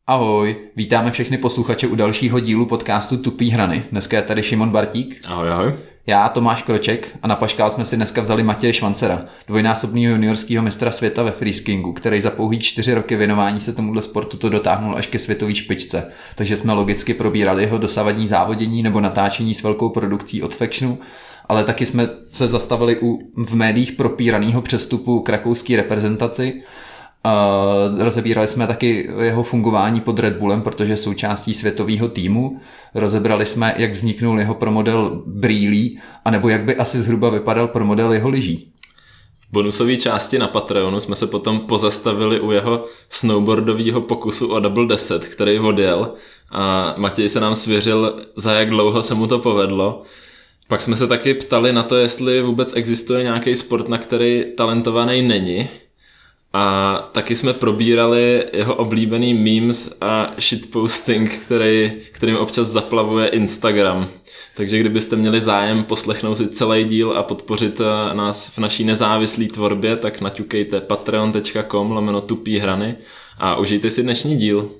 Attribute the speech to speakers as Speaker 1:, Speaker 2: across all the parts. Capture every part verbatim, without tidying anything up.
Speaker 1: Ahoj, vítáme všechny posluchače u dalšího dílu podcastu Tupý hrany. Dneska je tady Šimon Bartík.
Speaker 2: Ahoj, ahoj.
Speaker 1: Já, Tomáš Kroček, a na paškál jsme si dneska vzali Matěje Švancera, dvojnásobného juniorského mistra světa ve freeskingu, který za pouhý čtyři roky věnování se tomuhle sportu to dotáhnul až ke světové špičce. Takže jsme logicky probírali jeho dosavadní závodění nebo natáčení s velkou produkcí od Factionu, ale taky jsme se zastavili u v médiích propíraného přestupu k rakouské reprezentaci. Uh, rozebírali jsme taky jeho fungování pod Red Bullem, protože je součástí světového týmu. Rozebrali jsme, jak vzniknul jeho promodel brýlí, anebo jak by asi zhruba vypadal promodel jeho lyží.
Speaker 2: V bonusové části na Patreonu jsme se potom pozastavili u jeho snowboardového pokusu o double deset, který odjel, a Matěj se nám svěřil, za jak dlouho se mu to povedlo. Pak jsme se taky ptali na to, jestli vůbec existuje nějaký sport, na který talentovaný není. A taky jsme probírali jeho oblíbený memes a shitposting, který, kterým občas zaplavuje Instagram. Takže kdybyste měli zájem poslechnout si celý díl a podpořit nás v naší nezávislé tvorbě, tak naťukejte patreon tečka com lomeno tupý hrany a užijte si dnešní díl.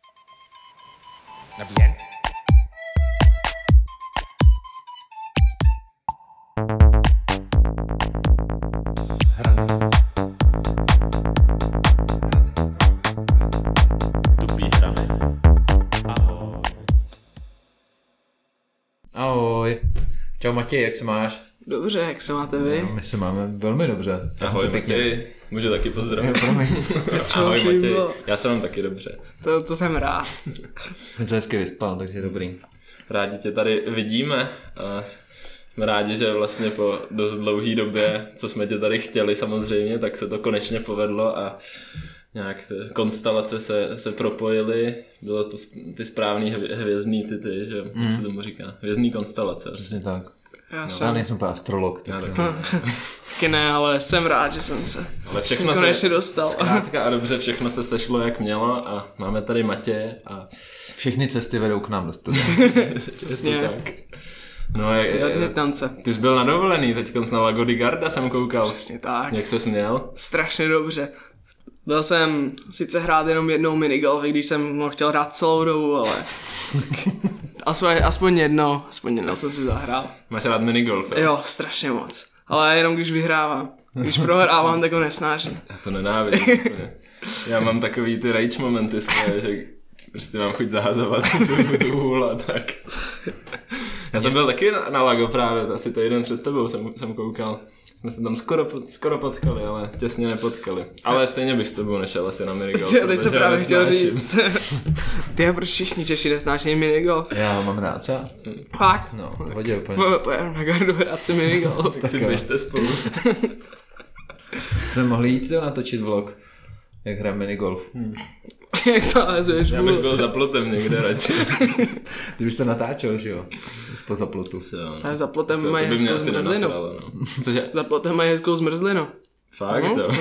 Speaker 1: Ahoj. Čau Matěj, jak se máš?
Speaker 3: Dobře, jak se máte vy?
Speaker 1: No, my se máme velmi dobře.
Speaker 2: Já Ahoj Matěj, můžu taky pozdravit.
Speaker 1: Jo,
Speaker 2: Ahoj Matěj, já se mám taky dobře.
Speaker 3: To, to jsem rád.
Speaker 1: Jsem se hezky vyspal, takže dobrý.
Speaker 2: Rádi tě tady vidíme. A jsme rádi, že vlastně po dost dlouhé době, co jsme tě tady chtěli samozřejmě, tak se to konečně povedlo a nějak ty konstelace se, se propojily, bylo to ty správný hvězdný ty, ty že mm. jak se tomu říká, hvězdný konstelace.
Speaker 1: Přesně tak.
Speaker 3: Já,
Speaker 1: no,
Speaker 3: jsem...
Speaker 1: já nejsem úplně astrolog. Tak
Speaker 3: taky ne, ale jsem rád, že jsem se
Speaker 2: ale všechno
Speaker 3: jsem konečně dostal.
Speaker 2: Zkrátka a dobře, všechno se sešlo jak mělo a máme tady Matěje a
Speaker 1: všechny cesty vedou k nám do studia.
Speaker 3: Přesně tak.
Speaker 2: No, je, je, ty jsi byl na dovolený, teď na Lago di Garda jsem koukal.
Speaker 3: Přesně tak.
Speaker 2: Jak ses měl?
Speaker 3: Strašně dobře. Byl jsem sice hrát jenom jednou minigolf, i když jsem ho chtěl hrát celou dobu, ale aspoň, aspoň jedno, aspoň jedno jsem si zahrál.
Speaker 2: Máš rád minigolf, jo?
Speaker 3: Jo, strašně moc. Ale jenom když vyhrávám. Když prohrávám, tak ho nesnáším.
Speaker 2: Já to nenávidím. Já mám takový ty rage momenty skvěle, že prostě mám chuť zahazovat tu, tu hůl, tak. Já jsem byl taky na, na Lago právě, asi to jeden před tebou jsem, jsem koukal. Jsme se tam skoro, skoro potkali, ale těsně nepotkali. Ale stejně bych s tebou nešel asi na minigolf.
Speaker 3: Teď jsem právě chtěl říct. Ty, proč všichni Češi nesnášejí minigolf?
Speaker 1: Já mám rád třeba.
Speaker 3: Fakt?
Speaker 1: No, hodě úplně.
Speaker 3: Pojedeme na Gardu hrát si minigolf.
Speaker 2: Tak si běžte spolu.
Speaker 1: Jsme mohli jít to natočit vlog, jak hrám minigolf. Hmm.
Speaker 3: Jak zahazuješ?
Speaker 2: Já bych byl za plotem někde radši.
Speaker 1: Ty bys to natáčel, že jo? Spoza plotu.
Speaker 2: So,
Speaker 3: no. Za plotem so, mají hezkou zmrzlinu.
Speaker 2: No. Cože?
Speaker 3: Za plotem mají hezkou zmrzlinu.
Speaker 2: Fakt uh-huh. to?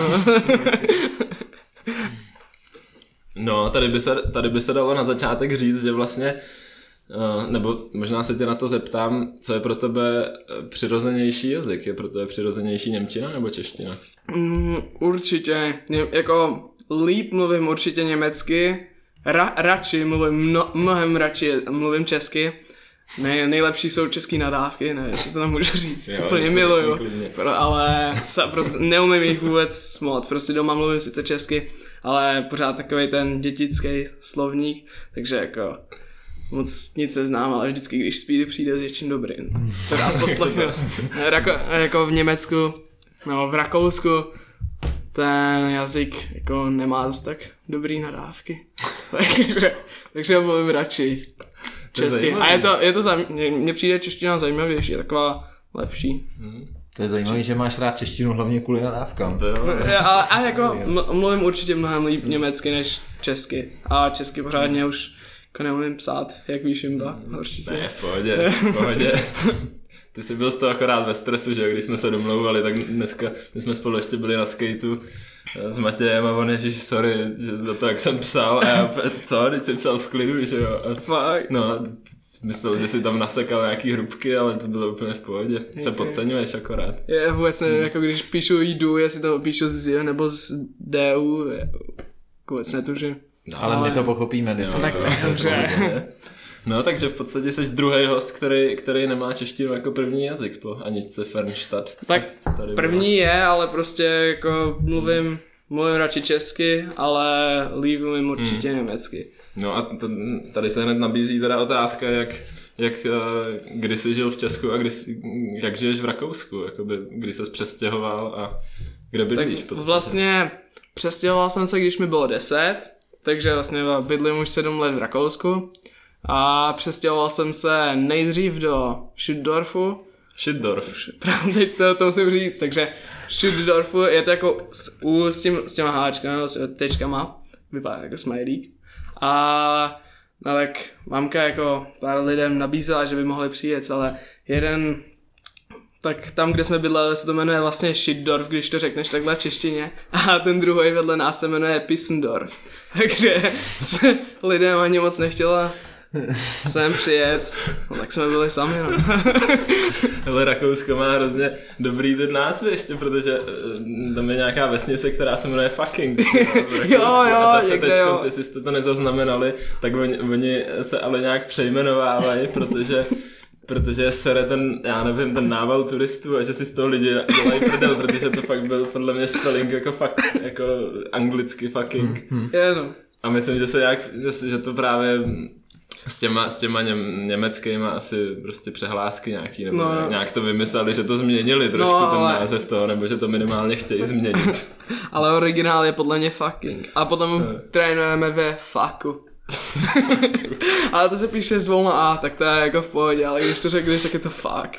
Speaker 2: No, tady by, se, tady by se dalo na začátek říct, že vlastně, nebo možná se tě na to zeptám, co je pro tebe přirozenější jazyk? Je pro tebe přirozenější němčina nebo čeština?
Speaker 3: Mm, určitě, jako... Líp mluvím určitě německy, Ra, radši mluvím, mno, mnohem radši mluvím česky. Nej, nejlepší jsou český nadávky, ne, jestli to tam můžu říct, jo, úplně miluju, pro, ale sa, pro, neumím jich vůbec moc, prostě doma mluvím sice česky, ale pořád takovej ten dětický slovník, takže jako moc nic neznám, ale vždycky, když Speedy přijde s něčím dobrým, to rád poslechnu. jako, jako v Německu, no v Rakousku, ten jazyk jako nemá zase tak dobrý nadávky. takže, takže mluvím radši česky. A je to, je to zaj... mně přijde čeština zajímavější, taková lepší.
Speaker 1: Hmm. To je zajímavé, že máš rád češtinu hlavně kvůli nadávkám.
Speaker 2: To jo.
Speaker 3: A, a jako mluvím určitě mnohem líp německy než česky. A česky pořádně už jako neumím psát, jak víš jimba. Určitě.
Speaker 2: Ne, v pohodě, v pohodě. Ty jsi byl z toho akorát ve stresu, že když jsme se domlouvali, tak dneska, my jsme spolu ještě byli na skateu s Matějem a on ježiš, sorry, že za to, jak jsem psal a já, co, teď jsem psal v klidu, že jo. A,
Speaker 3: Fakt.
Speaker 2: No, myslel, že si tam nasekal nějaký hrubky, ale to bylo úplně v pohodě. Okay. Se podceňuješ akorát.
Speaker 3: Je vůbec nevím, jako když píšu jdu, jestli to píšu z J nebo z D U, vůbec netužím.
Speaker 1: No, ale my to pochopíme vždycky.
Speaker 3: Tak to je dobře.
Speaker 2: No, takže v podstatě jsi druhý host, který, který nemá češtinu jako první jazyk po Aničce Fernstadt.
Speaker 3: Tak první je, ale prostě jako mluvím, mluvím radši česky, ale líp mluvím určitě hmm. německy.
Speaker 2: No a t- tady se hned nabízí teda otázka, jak, jak kdy jsi žil v Česku a kdy jsi, jak žiješ v Rakousku, jakoby, kdy ses přestěhoval a kde bydlíš?
Speaker 3: Tak vlastně přestěhoval jsem se, když mi bylo deset, takže vlastně bydlím už sedm let v Rakousku. A přestěhoval jsem se nejdřív do Schüttdorfu.
Speaker 2: Schüttdorf.
Speaker 3: Právě teď to, to musím říct, takže Schüttdorfu je to jako s, u, s, tím, s těma háčkama, s tečkama, vypadá jako smajlík. A no tak mamka jako pár lidem nabízela, že by mohli přijet, ale jeden, tak tam, kde jsme bydleli, se to jmenuje vlastně Schüttdorf, když to řekneš takhle v češtině. A ten druhý vedle nás se jmenuje Pissendorf. Takže se lidem ani moc nechtěla sem přijet, no tak jsme byli sami, no.
Speaker 2: Ale Rakousko má hrozně dobrý ten názvy ještě, protože tam je nějaká vesnice, která se jmenuje Fucking.
Speaker 3: Jo, jo,
Speaker 2: a ta se
Speaker 3: někde,
Speaker 2: teď,
Speaker 3: jo.
Speaker 2: konci, jestli jste to nezaznamenali, tak oni, oni se ale nějak přejmenovávají, protože protože sere ten, já nevím, ten nával turistů a že si z toho lidi dělají prdel, protože to fakt byl podle mě spelling jako fakt, jako anglicky fucking.
Speaker 3: Hmm, je, no.
Speaker 2: A myslím, že se jak, že to právě s těma, s těma něm, německýma asi prostě přehlásky nějaký, nebo
Speaker 3: no, no.
Speaker 2: nějak to vymysleli, že to změnili trošku
Speaker 3: no,
Speaker 2: ten
Speaker 3: ale...
Speaker 2: název toho, nebo že to minimálně chtějí změnit.
Speaker 3: Ale originál je podle mě fucking. A potom no. trénujeme ve fucku. Ale to se píše s dvouma A, tak to je jako v pohodě, ale když to řekneš, tak je to fuck.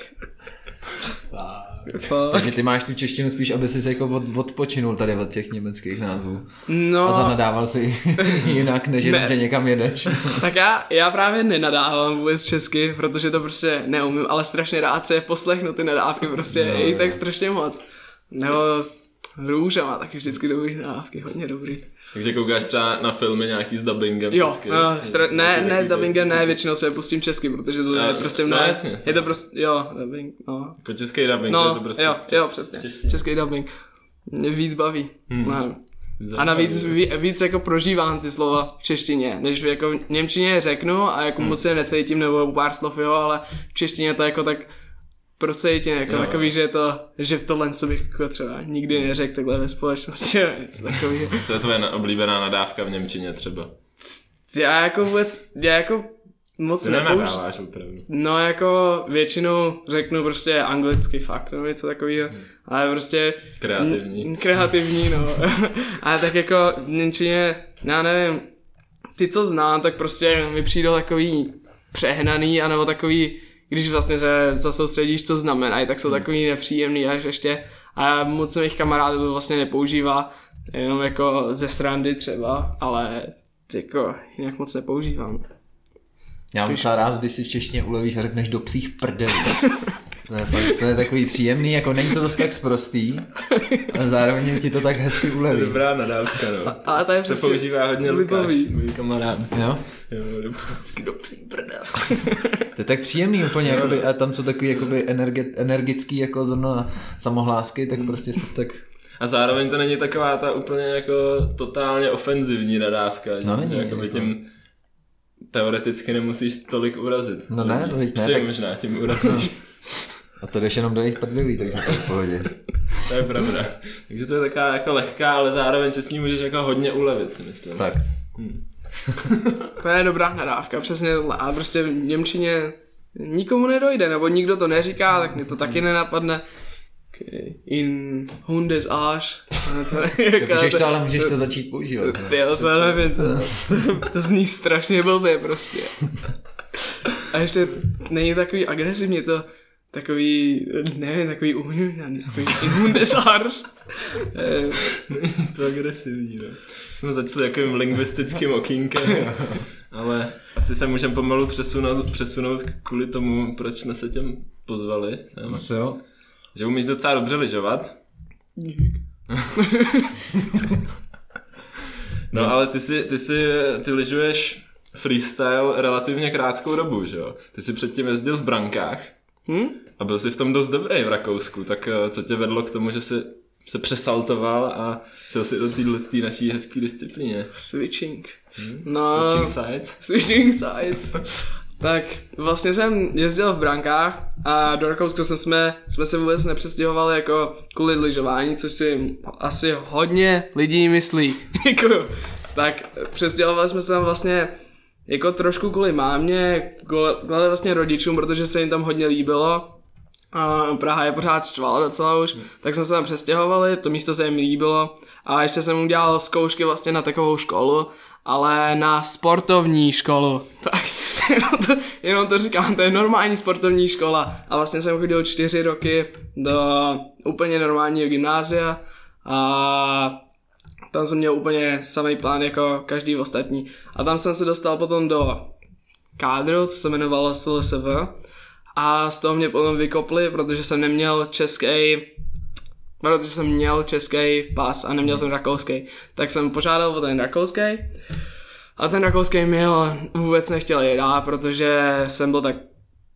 Speaker 1: Fuck. Takže ty máš tu češtinu spíš, aby jsi jako od, odpočinul tady od těch německých názvů.
Speaker 3: No.
Speaker 1: A zanadával si jinak, než jenom, ne. že někam jedeš.
Speaker 3: Tak já, já právě nenadávám vůbec česky, protože to prostě neumím, ale strašně rád se poslechnu ty nadávky, prostě no, je tak strašně moc. Nebo Růža má taky vždycky dobrý nadávky, hodně dobrý.
Speaker 2: Takže koukáš třeba na filmy nějaký s dubbingem
Speaker 3: jo,
Speaker 2: česky?
Speaker 3: Jo, stra- ne, ne s dubbingem, ne, většinou se pustím česky, protože to je prostě mnoho.
Speaker 2: No jasně.
Speaker 3: Je to prostě, jo, dubbing, no.
Speaker 2: Jako český dubbing,
Speaker 3: no,
Speaker 2: je to prostě
Speaker 3: jo,
Speaker 2: čes-
Speaker 3: jo, přesně,
Speaker 2: češtině.
Speaker 3: Český dubbing. Mě víc baví,
Speaker 2: hmm.
Speaker 3: no. A navíc ví, víc jako prožívám ty slova v češtině, než jako v němčině řeknu a jako hmm. moc je necítím nebo pár slov, jo, ale v češtině to jako tak procejtě, jako jo. takový, že je to, že tohle co bych jako třeba nikdy neřekl takhle ve společnosti, nic takový.
Speaker 2: Co je tvoje oblíbená nadávka v němčině třeba?
Speaker 3: Já jako vůbec, já jako moc nepoužívám. No jako většinou řeknu prostě anglicky fakt, nebo něco takového, hmm. ale prostě
Speaker 2: kreativní.
Speaker 3: N- kreativní, no. Ale tak jako v němčině, já nevím, ty co znám, tak prostě mi přijdou takový přehnaný, anebo takový, když vlastně se zasoustředíš, co znamenají, tak jsou hmm. takový nepříjemný až ještě. A moc mých kamarádů to vlastně nepoužívá, jenom jako ze srandy třeba, ale jako jinak moc nepoužívám.
Speaker 1: Já mám třeba rád, když si v češtině ulevíš a řekneš do psích prdelů. To je, fakt, to je takový příjemný, jako není to zase tak sprostý, ale zároveň ti to tak hezky uleví.
Speaker 2: Dobrá nadávka, no.
Speaker 3: A, a to je
Speaker 2: se používá hodně Lukáš, můj kamarád.
Speaker 1: Jo?
Speaker 2: Jo, vždycky do psí prdel.
Speaker 1: To je tak příjemný úplně, jo, jakoby, a tam jsou takový jakoby energe, energický jako zrovna samohlásky, tak prostě se tak...
Speaker 2: A zároveň to není taková ta úplně jako totálně ofenzivní nadávka,
Speaker 1: no, není,
Speaker 2: že jakoby
Speaker 1: jako...
Speaker 2: tím teoreticky nemusíš tolik urazit.
Speaker 1: No ne, to ne.
Speaker 2: Psy tak... možná tím urazíš.
Speaker 1: A to jdeš jenom do jejich prdelí, takže to je v pohodě.
Speaker 2: To je pravda. Takže to je taková jako lehká, ale zároveň si s ní můžeš jako hodně ulevit, si myslím.
Speaker 1: Tak.
Speaker 2: Hmm.
Speaker 3: To je dobrá nadávka, přesně tohle. A prostě v němčině nikomu nedojde, nebo nikdo to neříká, tak mě to taky nenapadne. In Hundes Arsch.
Speaker 1: Můžeš to, ale můžeš to začít používat.
Speaker 3: Jo, to nevím, to, to, to zní strašně blbě prostě. A ještě není takový agresivně to, takový, nevím, takový uhňuňaný, takový In Hundes Arsch.
Speaker 2: Není to agresivní, no. Jsme začali takovým lingvistickým okýnkem, ale asi se můžeme pomalu přesunout, přesunout kvůli tomu, proč jsme se těm pozvali.
Speaker 1: Asi jo.
Speaker 2: Že umíš docela dobře lyžovat. No ale ty si, ty si, ty lyžuješ freestyle relativně krátkou dobu, že jo? Ty si předtím jezdil v brankách
Speaker 3: hmm?
Speaker 2: a byl jsi v tom dost dobrý v Rakousku, tak co tě vedlo k tomu, že jsi se přesaltoval a šel si do téhle naší hezký disciplíně.
Speaker 3: Switching.
Speaker 2: Hmm?
Speaker 3: No,
Speaker 2: Switching sides.
Speaker 3: Switching sides. Tak vlastně jsem jezdil v brankách a do Rakouska jsme, jsme se vůbec nepřestěhovali jako kvůli lyžování, což si asi hodně lidí myslí. Tak přestěhovali jsme se tam vlastně jako trošku kvůli mámě, kvůli vlastně rodičům, protože se jim tam hodně líbilo. A Praha je pořád štvala docela už, tak jsme se tam přestěhovali, to místo se jim líbilo a ještě jsem udělal zkoušky vlastně na takovou školu, ale na sportovní školu. Tak jenom to, jenom to říkám, to je normální sportovní škola a vlastně jsem chodil čtyři roky do úplně normálního gymnázia a tam jsem měl úplně samý plán jako každý ostatní. A tam jsem se dostal potom do kádru, co se jmenovalo S L S V a z toho mě potom vykopli, protože jsem neměl český protože jsem měl český pas a neměl jsem rakouský. Tak jsem požádal o ten rakouský a ten rakouský mi ho vůbec nechtěl jít dát, protože jsem byl tak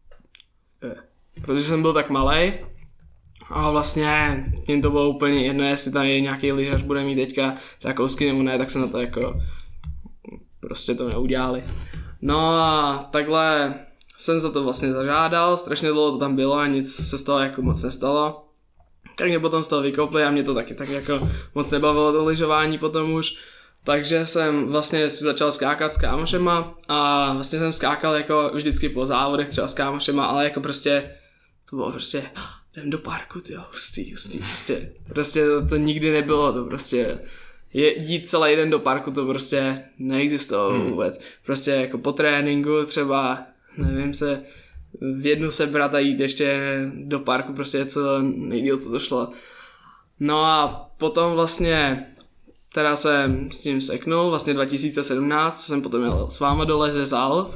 Speaker 3: protože jsem byl tak malej a vlastně tím to bylo úplně jedno, jestli tam je nějaký lyžař bude mít teďka rakouský nebo ne, tak se na to jako prostě to neudělali. No a takhle jsem za to vlastně zažádal, strašně dlouho to tam bylo a nic se z toho jako moc nestalo. Tak mě potom z toho vykopli a mě to taky tak jako moc nebavilo to lyžování potom už. Takže jsem vlastně začal skákat s kámošema a vlastně jsem skákal jako vždycky po závodech třeba s kámošema, ale jako prostě to bylo prostě jdem do parku, tyjo, hustý, hustý, prostě, prostě to, to nikdy nebylo, to prostě je, jít celý den do parku, to prostě neexistovalo hmm. vůbec. Prostě jako po tréninku třeba, nevím se, v jednu sebrat a jít ještě do parku, prostě co nejdýl, co to šlo. No a potom vlastně teda jsem s tím seknul, vlastně dva tisíce sedmnáct jsem potom jel s váma dole ze Alp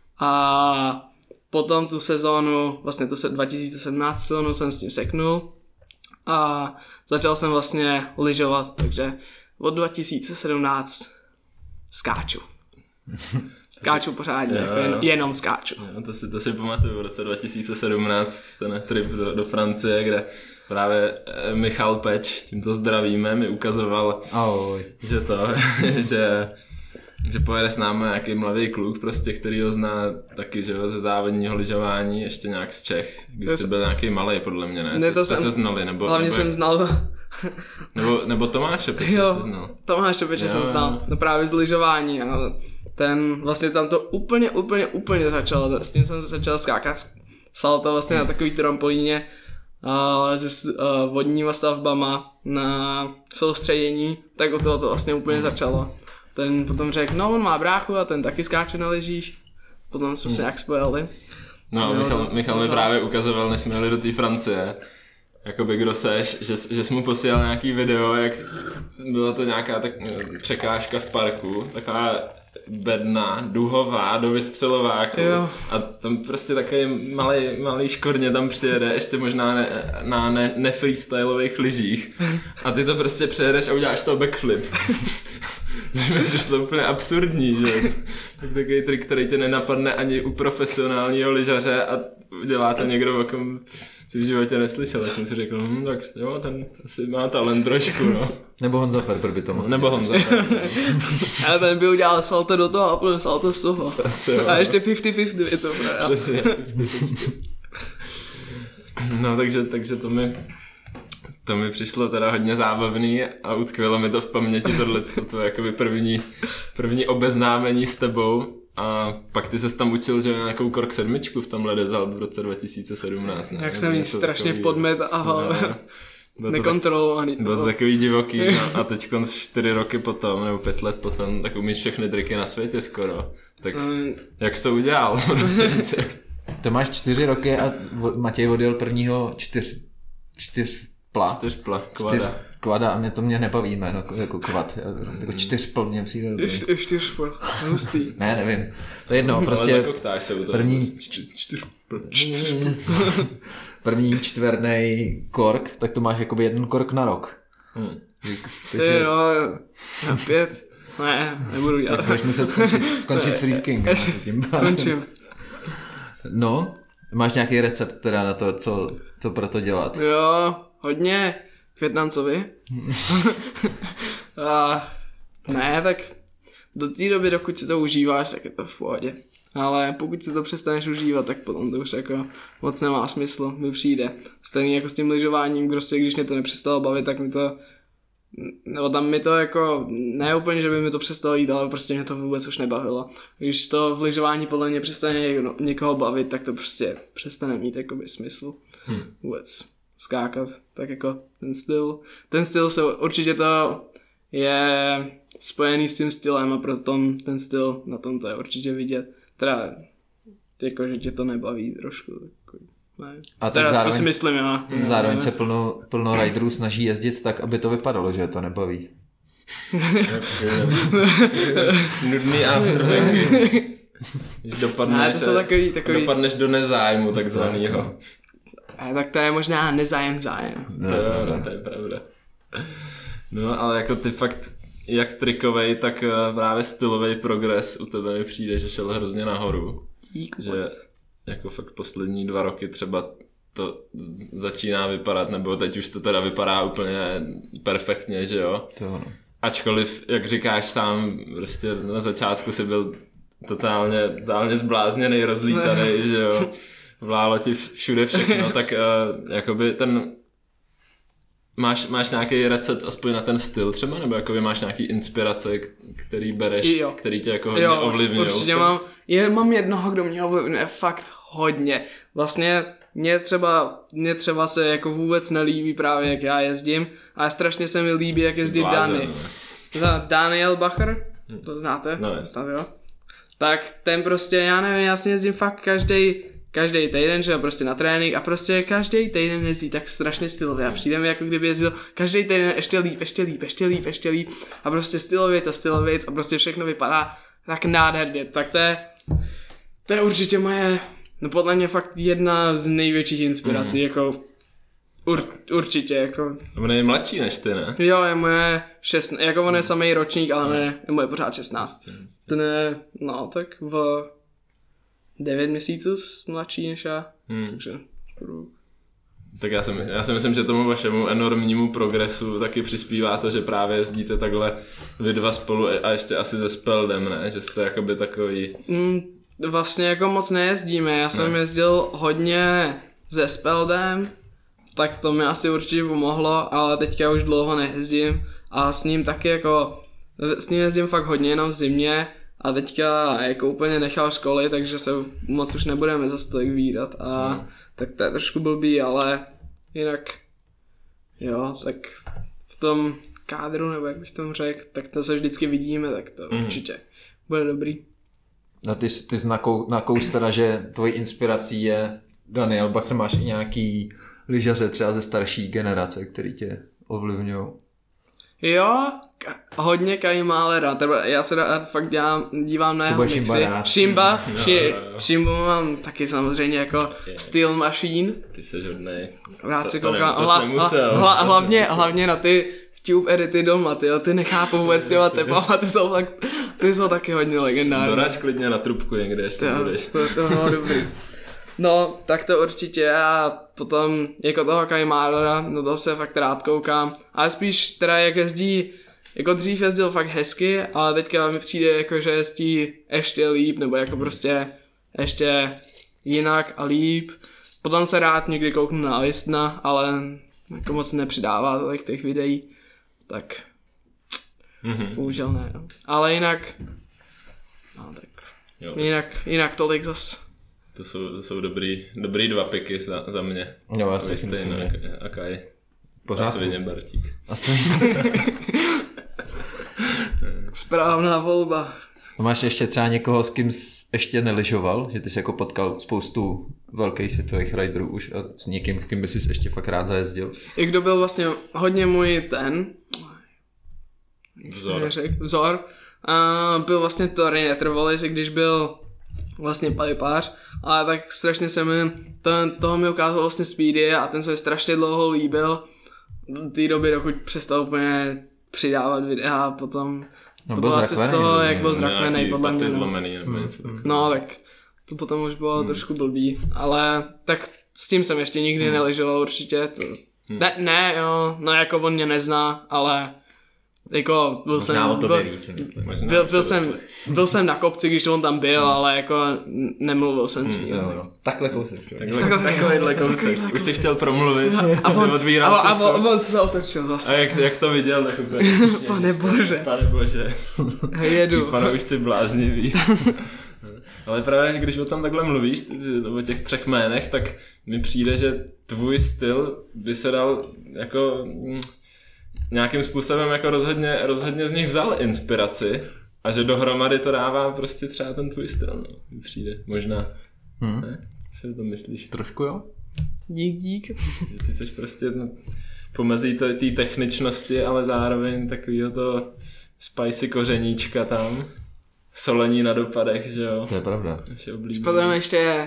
Speaker 3: a potom tu sezónu, vlastně tu dva tisíce sedmnáct sezónu jsem s tím seknul a začal jsem vlastně lyžovat, takže od dva tisíce sedmnáct skáču. Skáču pořádně, jo, jako jen, jenom skáču.
Speaker 2: Jo, to, si, to si pamatuju v roce dva tisíce sedmnáct, ten trip do, do Francie, kde právě Michal Peč, tímto zdravíme, mi ukazoval,
Speaker 1: Ahoj.
Speaker 2: že to, že, že pojede s námi nějaký mladý kluk, prostě, který ho zná taky, že ze závodního lyžování, ještě nějak z Čech, když jsi byl nějaký malej, podle mě, ne?
Speaker 3: ne to
Speaker 2: jste
Speaker 3: jsem,
Speaker 2: se znali, nebo...
Speaker 3: Hlavně
Speaker 2: nebo,
Speaker 3: jsem znal...
Speaker 2: nebo, nebo Tomáše Peče
Speaker 3: jo,
Speaker 2: se znal.
Speaker 3: Tomáše Peče jsem znal, no právě z lyžování, a ten vlastně tam to úplně, úplně, úplně začalo, s tím jsem začal skákat salta vlastně na takový trampolíně uh, se uh, vodníma stavbama na soustředění, tak od toho to vlastně úplně začalo. Ten potom řekl, no on má bráchu a ten taky skáče na lyžích, potom jsme se nějak spojili.
Speaker 2: No, Michal, Michal mi právě ukazoval, než jsme jeli do té Francie, jakoby kdo seš, že, že jsi mu posílal nějaký video, jak byla to nějaká tak, překážka v parku, taková bedna, duhová do vystřelováku
Speaker 3: jo.
Speaker 2: A tam prostě takový malý, malý škorně tam přijede, ještě možná ne, na ne, nefreestylových lyžích a ty to prostě přejedeš a uděláš to backflip. Což mi přišlo úplně absurdní, že? Tak takový trik, který tě nenapadne ani u profesionálního lyžaře a dělá to někdo, o kom si v životě neslyšel. A jsem si řekl, hm, tak jo, ten asi má talent trošku, no.
Speaker 1: Nebo Honza Ferber by to mohl.
Speaker 2: Nebo Honza Ferber.
Speaker 3: Ale ten by udělal salto do toho a potom salto z toho. A ještě padesát padesát je to, právě.
Speaker 2: Přesně, padesát padesát. No, takže, takže to mi... To mi přišlo teda hodně zábavný a utkvělo mi to v paměti tohleto, to je jakoby první, první obeznámení s tebou a pak ty ses tam učil, že nějakou kork sedmičku v tomhle dezal v roce dva tisíce sedmnáct. Ne?
Speaker 3: Jak jsem jí strašně takový, podmet a
Speaker 2: no,
Speaker 3: nekontrolovaný.
Speaker 2: Bylo to takový divoký no, a teď čtyři roky potom, nebo pět let potom, tak umíš všechny triky na světě skoro. Tak um, jak jsi to udělal?
Speaker 1: To máš čtyři roky a Matěj odjel prvního čtyř, čtyř Pla.
Speaker 2: Čtyřpla, kvada.
Speaker 1: Čtyř, kvada a mě to mě nebaví jméno jako kvad. Jako čtyřpl mě přijde dobrý.
Speaker 3: Čtyřpl, hustý.
Speaker 1: Ne, nevím. To je jedno, prostě
Speaker 2: ale zakoktáš se u toho.
Speaker 1: První,
Speaker 2: čtyřpl.
Speaker 1: první čtvernej kork, tak to máš jakoby jeden kork na rok.
Speaker 2: Hmm.
Speaker 3: Takže... Ty jo, na pět. Ne, nebudu dělat.
Speaker 1: Tak budeš muset skončit, skončit s freeskingem.
Speaker 3: Končím.
Speaker 1: No, máš nějaký recept teda na to, co, co pro to dělat?
Speaker 3: Jo, hodně. k Vietnamcovi. A ne, tak do té doby, dokud si to užíváš, tak je to v pohodě. Ale pokud si to přestaneš užívat, tak potom to už jako moc nemá smysl, mi přijde. Stejně jako s tím lyžováním, prostě když mě to nepřestalo bavit, tak mi to, nebo tam mi to jako, ne úplně, že by mi to přestalo jít, ale prostě mě to vůbec už nebavilo. Když to v lyžování podle mě přestane někoho bavit, tak to prostě přestane mít jakoby smysl. Hmm. Vůbec skákat, tak jako ten styl, ten styl se určitě to je spojený s tím stylem a proto ten styl na tom to je určitě vidět. Teda, jako, že tě to nebaví trošku. Jako, ne. A tak teda, zároveň, to si myslím, já.
Speaker 1: Zároveň se plno, plno riderů snaží jezdit tak, aby to vypadalo, že to nebaví.
Speaker 2: Nudný afterbanky. Když dopadneš,
Speaker 3: ne, to jsou takový, takový...
Speaker 2: dopadneš do nezájmu takzvanýho.
Speaker 3: A tak to je možná nezájem zájem.
Speaker 2: No, to, je, no, to je pravda. No, ale jako ty fakt... Jak trikovej, tak právě stylový progres u tebe mi přijde, že šel hrozně nahoru.
Speaker 3: Dík,
Speaker 2: že jako fakt poslední dva roky třeba to začíná vypadat, nebo teď už to teda vypadá úplně perfektně, že jo?
Speaker 1: To ono.
Speaker 2: Ačkoliv, jak říkáš sám, prostě na začátku si byl totálně, totálně zblázněnej, rozlítanej, že jo? Vlálo ti všude všechno, tak uh, jakoby ten... Máš, máš nějaký recept aspoň na ten styl třeba, nebo jakoby máš nějaký inspirace, který bereš,
Speaker 3: jo.
Speaker 2: který tě jako hodně
Speaker 3: jo,
Speaker 2: ovlivňují?
Speaker 3: Určitě mám, je, mám jednoho, kdo mě ovlivňuje fakt hodně. Vlastně mě třeba, mě třeba se jako vůbec nelíbí právě, jak já jezdím, ale strašně se mi líbí, jak jezdí Dany. Za Daniel Bacher, to znáte?
Speaker 2: No,
Speaker 3: Snad, jo? Tak ten prostě, já nevím, já si jezdím fakt každý každý týden, že jo, prostě na trénink a prostě každý týden jezdí tak strašně stylově a přijde mi, jako kdyby jezdil každý týden ještě líp, ještě líp, ještě líp, ještě líp a prostě stylověc a stylověc a prostě všechno vypadá tak nádherně, tak to je, to je určitě moje, no podle mě fakt jedna z největších inspirací, mm. jako ur, určitě, jako.
Speaker 2: On je mladší než ty, ne?
Speaker 3: Jo, je moje šestnáct, jako on je samý ročník, ale mm. ne, je moje pořád šestnáct. Ten je, no tak v devět měsíců mladší než já,
Speaker 2: hmm.
Speaker 3: takže...
Speaker 2: Tak já si, já si myslím, že tomu vašemu enormnímu progresu taky přispívá to, že právě jezdíte takhle vy dva spolu a ještě asi se Speldem, ne? Že jste jakoby takový...
Speaker 3: Mm, vlastně jako moc nejezdíme, já jsem ne. jezdil hodně se Speldem, tak to mi asi určitě pomohlo, ale teďka už dlouho nejezdím a s ním taky jako... S ním jezdím fakt hodně jenom v zimě, a teďka jako úplně nechal školy, takže se moc už nebudeme zase tolik vídat a mm. tak to je trošku blbý, ale jinak jo, tak v tom kádru, nebo jak bych tomu řekl, tak to se vždycky vidíme, tak to mm. určitě bude dobrý.
Speaker 1: No ty, ty jsi nakou, nakous teda, že tvojí inspirací je Daniel Bacher, máš i nějaký lyžaře třeba ze starší generace, který tě ovlivňují?
Speaker 3: Jo, ka- hodně Kai Mahlera, já se rád fakt dělám, dívám na jeho mixy. Šimba, ši, Šimbu mám taky samozřejmě jako Steel Machine.
Speaker 2: Ty jsi hodnej.
Speaker 3: Rád si koukám, hla, hla, hla, hlavně, hlavně na ty tube edity doma, tyjo, ty nechápu vůbec těma tepama, ty jsou, tak, ty jsou taky hodně legendární.
Speaker 2: Doraž klidně na trubku někde, jestli budeš.
Speaker 3: To, to bylo dobrý. No, tak to určitě a potom jako toho Kai Mahlera, no to se fakt rád koukám, ale spíš teda jak jezdí, jako dřív jezdil fakt hezky, ale teďka mi přijde jako, že jezdí ještě líp, nebo jako prostě ještě jinak a líp. Potom se rád někdy kouknu na Listna, ale jako moc nepřidává tolik těch videí, tak mm-hmm. bohužel ne, no. Ale jinak, no tak, jo, jinak, jinak tolik zas.
Speaker 2: To jsou, to jsou dobrý, dobrý dva piky za, za mě.
Speaker 1: Jo, já si myslím,
Speaker 2: a Kai.
Speaker 1: Pořád.
Speaker 2: Asi vidím Bartík.
Speaker 1: Asi.
Speaker 3: Správná volba.
Speaker 1: Máš ještě třeba někoho, s kým jsi ještě nelyžoval? Že ty jsi jako potkal spoustu velkých světových riderů už a s někým, kým by jsi ještě fakt rád zajezdil?
Speaker 3: I kdo byl vlastně hodně můj ten...
Speaker 2: Vzor.
Speaker 3: Vzor. A byl vlastně Tory Netrvallis, i když byl vlastně palipář, ale tak strašně se mi, ten, toho mi ukázal vlastně Speedy a ten se mi strašně dlouho líbil do té doby, dokud přestal úplně přidávat videa a potom
Speaker 1: no,
Speaker 3: to bylo asi z toho, jak byl
Speaker 2: zrakvený,
Speaker 3: podle mě.
Speaker 2: Zlomený, nebo něco
Speaker 3: hmm. No tak to potom už bylo hmm. trošku blbý, ale tak s tím jsem ještě nikdy hmm. nelyžoval určitě, to Hmm. Ne, ne, jo, no jako on mě nezná, ale jako byl
Speaker 1: možná
Speaker 3: jsem...
Speaker 1: o tobě
Speaker 3: byl,
Speaker 1: víc, myslím.
Speaker 3: Byl, byl, jsem, byl jsem na kopci, když on tam byl, hmm. ale jako nemluvil jsem hmm, s ním.
Speaker 1: Jo, no. Takhle kousek.
Speaker 2: Takhle, takhle, takovýhle kousek. Už jsi chtěl promluvit,
Speaker 3: a
Speaker 2: on,
Speaker 3: odvíral a, a on, on se otočil zase.
Speaker 2: A jak, jak to viděl, tak úplně...
Speaker 3: Pane bože.
Speaker 2: Pane bože.
Speaker 3: Jedu.
Speaker 2: Ty fanoušci bláznivý. Ale právě, když o tom takhle mluvíš, o těch třech jménech, tak mi přijde, že tvůj styl by se dal jako nějakým způsobem jako rozhodně, rozhodně z nich vzal inspiraci a že dohromady to dává prostě třeba ten tvůj styl, no, mi přijde, možná. Hmm. Ne? Co si o tom myslíš?
Speaker 1: Trošku jo.
Speaker 3: Dík, dík.
Speaker 2: Ty jsi prostě no, pomezí té techničnosti, ale zároveň takovýho to spicy kořeníčka tam. Solení na dopadech, že jo.
Speaker 1: To je pravda.
Speaker 3: Potom ještě je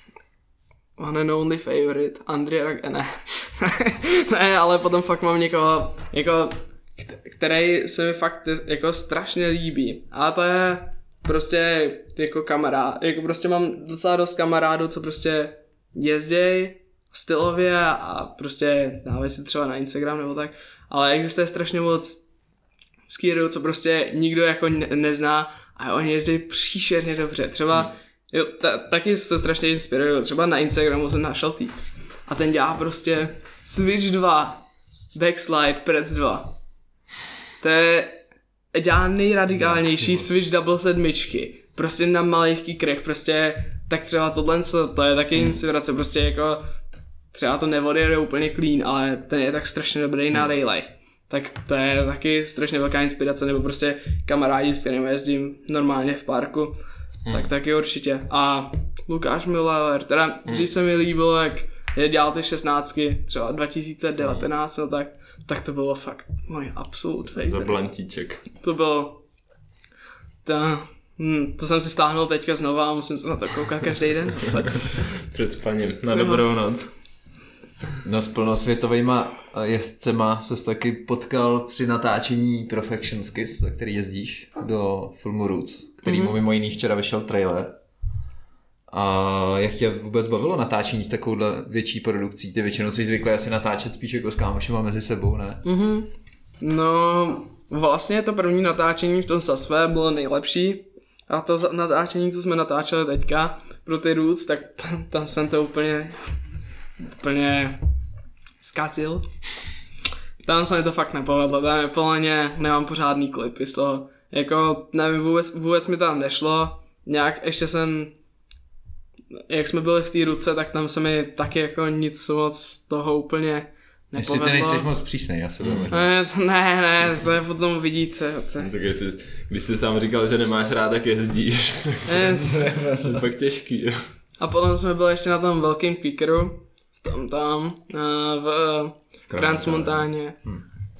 Speaker 3: one and only favorite, Andrea, ne. Ne, ale potom fakt mám někoho, jako, který se mi fakt jako strašně líbí. A to je prostě jako kamarád, jako prostě mám docela dost kamarádů, co prostě jezděj stylově a prostě dávají si třeba na Instagram nebo tak, ale existuje strašně moc skierů, co prostě nikdo jako ne- nezná a oni jezdí příšerně dobře. Třeba, hmm. jo, ta, taky se strašně inspiruju, třeba na Instagramu jsem našel tý. A ten dělá prostě Switch dva, Backslide, Prec dva. To je, dělá nejradikálnější Switch double sedmičky. Prostě na malých kickrech, prostě, tak třeba tohle, to je taky hmm. inspirace, prostě jako, třeba to neodjede úplně clean, ale ten je tak strašně dobrý hmm. na railech. Tak to je taky strašně velká inspirace, nebo prostě kamarádi, s kterými jezdím normálně v parku, hmm. tak taky určitě. A Lukáš Miller, teda hmm. dřív se mi líbilo, jak je dělal ty šestnáctky, třeba dva tisíce devatenáct, hmm. no tak, tak to bylo fakt můj absolut favorite.
Speaker 2: Za blantíček.
Speaker 3: To bylo, to, hm, to jsem si stáhnul teďka znova a musím se na to koukat každý den zase.
Speaker 2: Před spaním, na dobrou noc.
Speaker 1: No s plnosvětovejma jezdcema ses taky potkal při natáčení Perfection Kiss, za který jezdíš do filmu Roots, kterýmu mm-hmm. mimo jiný včera vyšel trailer. A jak tě vůbec bavilo natáčení s takovouhle větší produkcí? Ty většinou jsi zvyklý asi natáčet spíš jako s kámošema mezi sebou, ne?
Speaker 3: Mm-hmm. No vlastně to první natáčení v tom Sasve bylo nejlepší. A to natáčení, co jsme natáčeli teďka pro ty Roots, tak tam jsem to úplně... úplně zkazil. Tam se mi to fakt nepovedlo, tam je plně, nemám pořádný klipy z toho, jako nevím, vůbec, vůbec mi tam nešlo, nějak ještě jsem, jak jsme byli v té ruce, tak tam se mi taky jako nic moc z toho úplně nepovedlo.
Speaker 1: Jestli ty nejseš moc přísnej, já se
Speaker 3: hmm. ne, ne, ne, to je potom vidíte. To...
Speaker 2: Tak jestli, když jsi sám říkal, že nemáš rád, tak jezdíš, to je fakt těžký.
Speaker 3: A potom jsme byli ještě na tom velkým kickeru, tam tam, v, v Transmontáně hmm.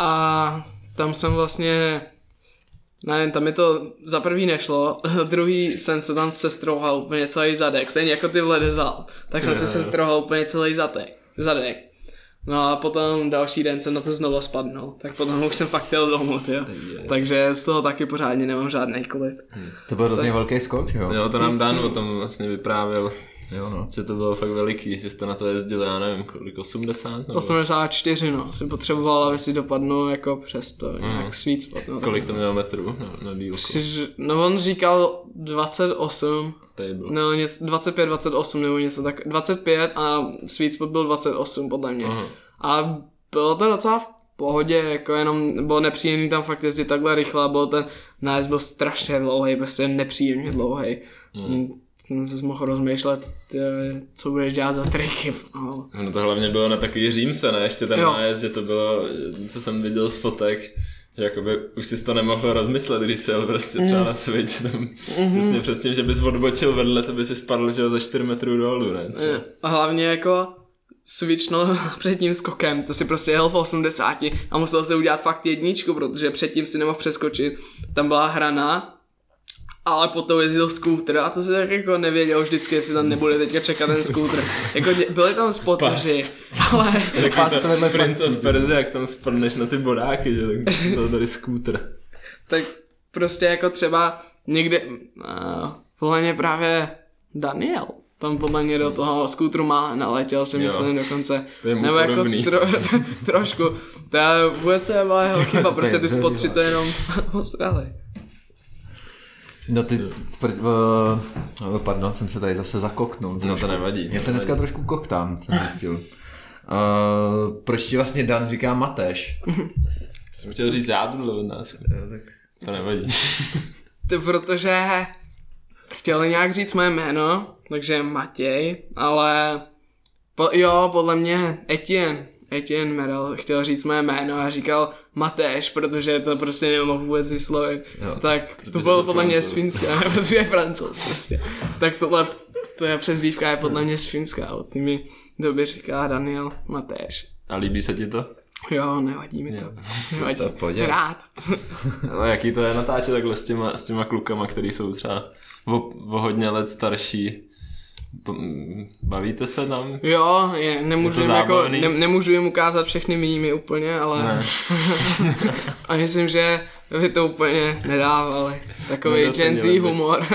Speaker 3: a tam jsem vlastně, nevím, tam mi to za prvý nešlo, za druhý jsem se tam sestrouhal úplně celý zadek, stejně jako ty v Ledezal, tak jsem se sestrouhal úplně celý zadek, zadek. No a potom další den jsem na to znovu spadnul, tak potom už jsem fakt chtěl domů, jo. Takže z toho taky pořádně nemám žádný klip.
Speaker 1: Hmm. To byl hrozně tak... velký skok, že jo?
Speaker 2: Jo, to nám Dan o tom vlastně vyprávěl.
Speaker 1: Jo, no.
Speaker 2: Že to bylo fakt veliký, že jste na to jezdili, já nevím, kolik, osmdesát? Nebo?
Speaker 3: osmdesát čtyři, no. Jsem potřeboval, aby si dopadnu jako přes to, mm. nějak sweet spot. No,
Speaker 2: kolik to mělo metrů na, na dílku?
Speaker 3: Přiž... No on říkal dvacet osm.
Speaker 2: Table.
Speaker 3: No něco, dvacet pět, dvacet osm nebo něco tak. dvacet pět a sweet spot byl dvacet osm podle mě. Aha. A bylo to docela v pohodě, jako jenom bylo nepříjemný tam fakt jezdit takhle rychle a byl ten nájezd byl strašně dlouhý, prostě nepříjemně dlouhý. Mm. Jsem se mohl rozmýšlet, tě, co budeš dělat za triky. No.
Speaker 2: no to hlavně bylo na takový Římse, ne? Ještě ten jo. nájezd, že to bylo, co jsem viděl z fotek, že jakoby už si to nemohl rozmyslet, když jsi jel prostě třeba mm. na Switch, tam mm-hmm. vlastně před tím, že bys odbočil vedle, to by si spadl, že za čtyři metrů dolů, ne?
Speaker 3: A hlavně jako switchnul před tím skokem, to si prostě jel v osmdesáti a musel se udělat fakt jedničku, protože předtím si nemohl přeskočit, tam byla hrana, ale potom jezdil skútr a to si tak jako nevěděl vždycky, jestli tam nebude teďka čekat ten skútr. Jako byli tam spoteři, ale...
Speaker 2: Past vedle Prince of Persia, jak tam spadneš na ty bodáky, že tak byl tady skútr.
Speaker 3: Tak prostě jako třeba někde, uh, podle mě právě Daniel, tam podle mě do toho skútru má naletěl, si myslím dokonce. Nebo jako tro, trošku. To je vůbec je byla jeho chyba, prostě ty spotři to jenom ostrali.
Speaker 1: No ty, uh, pardon, jsem se tady zase zakoknul.
Speaker 2: No to nevadí.
Speaker 1: Já se dneska trošku koktám, jsem zjistil. Uh, proč ti vlastně Dan říká Mateš?
Speaker 2: Jsem chtěl říct jádru od nás. To nevadí.
Speaker 3: To protože chtěli nějak říct moje jméno, takže Matěj, ale po, jo, podle mě Etienne, Etienne Merel chtěl říct moje jméno a říkal Mateš, protože to prostě nemohl vůbec vyslovit. Jo, tak to bylo podle mě z Finska, protože je Francouz prostě. Tak tohle, to je přezdívka je podle mě z Finska, od ty mi doby říká Daniel Mateš.
Speaker 2: A líbí se ti to?
Speaker 3: Jo, nevadí mi to. Nevadí.
Speaker 1: Co,
Speaker 3: rád.
Speaker 2: Ale jaký to je natáčet takhle s těma, s těma klukama, který jsou třeba o, o hodně let starší. Bavíte se tam?
Speaker 3: Jo, je, nemůžu, je jim jako, ne, nemůžu jim ukázat všechny mýmy úplně, ale a myslím, že vy to úplně nedávali. Takový Gen Z humor.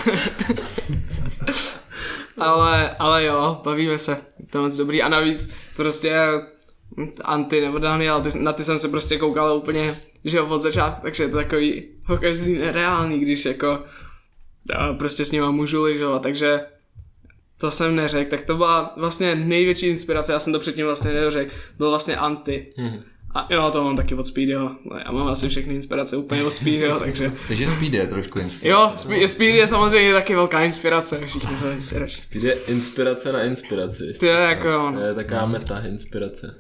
Speaker 3: ale, ale jo, bavíme se. To je moc dobrý. A navíc prostě Anty nebo Daniel, ty, na ty jsem se prostě koukal úplně, že jo, od začátku, takže je to takový každý nereálný, když jako já prostě s nima můžu lyžovat, takže to jsem neřekl, tak to byla vlastně největší inspirace, já jsem to předtím vlastně nedořekl, byl vlastně Anty. Hmm. A jo, to mám taky od Speedyho, já mám asi všechny inspirace úplně od Speedyho, takže...
Speaker 1: Takže Speedy je trošku inspirace.
Speaker 3: Jo, Speedy, Speedy je samozřejmě taky velká inspirace, všichni jsou inspirační.
Speaker 2: Speedy je inspirace na inspiraci.
Speaker 3: To je jako
Speaker 2: no,
Speaker 3: ono.
Speaker 2: To je taková meta inspirace.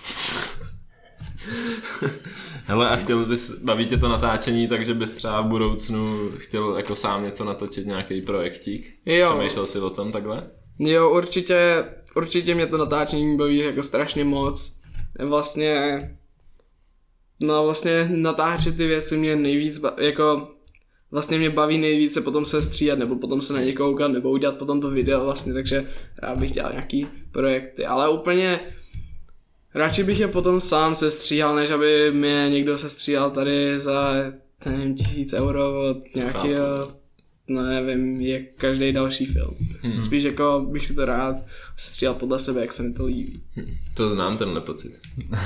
Speaker 2: Hele, a chtěl bys, baví tě to natáčení, takže bys třeba v budoucnu chtěl jako sám něco natočit, nějaký projektík?
Speaker 3: Jo.
Speaker 2: Přemýšlel jsi o tom takhle?
Speaker 3: Jo, určitě, určitě mě to natáčení baví jako strašně moc. Vlastně, no vlastně natáčet ty věci mě nejvíc, ba- jako vlastně mě baví nejvíce potom se stříhat, nebo potom se na ně koukat, nebo udělat potom to video vlastně, takže rád bych dělal nějaký projekty, ale úplně radši bych je potom sám se stříhal, než aby mě někdo se stříhal tady za nevím, tisíc euro od nějakého, no nevím, jak každý další film. Hmm. Spíš jako bych si to rád stříhal podle sebe, jak se mi to líbí.
Speaker 2: Hmm. To znám tenhle pocit.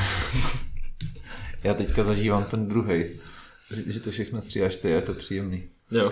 Speaker 1: Já teďka zažívám ten druhej, že to všechno stříháš ty, je to příjemný.
Speaker 2: Jo.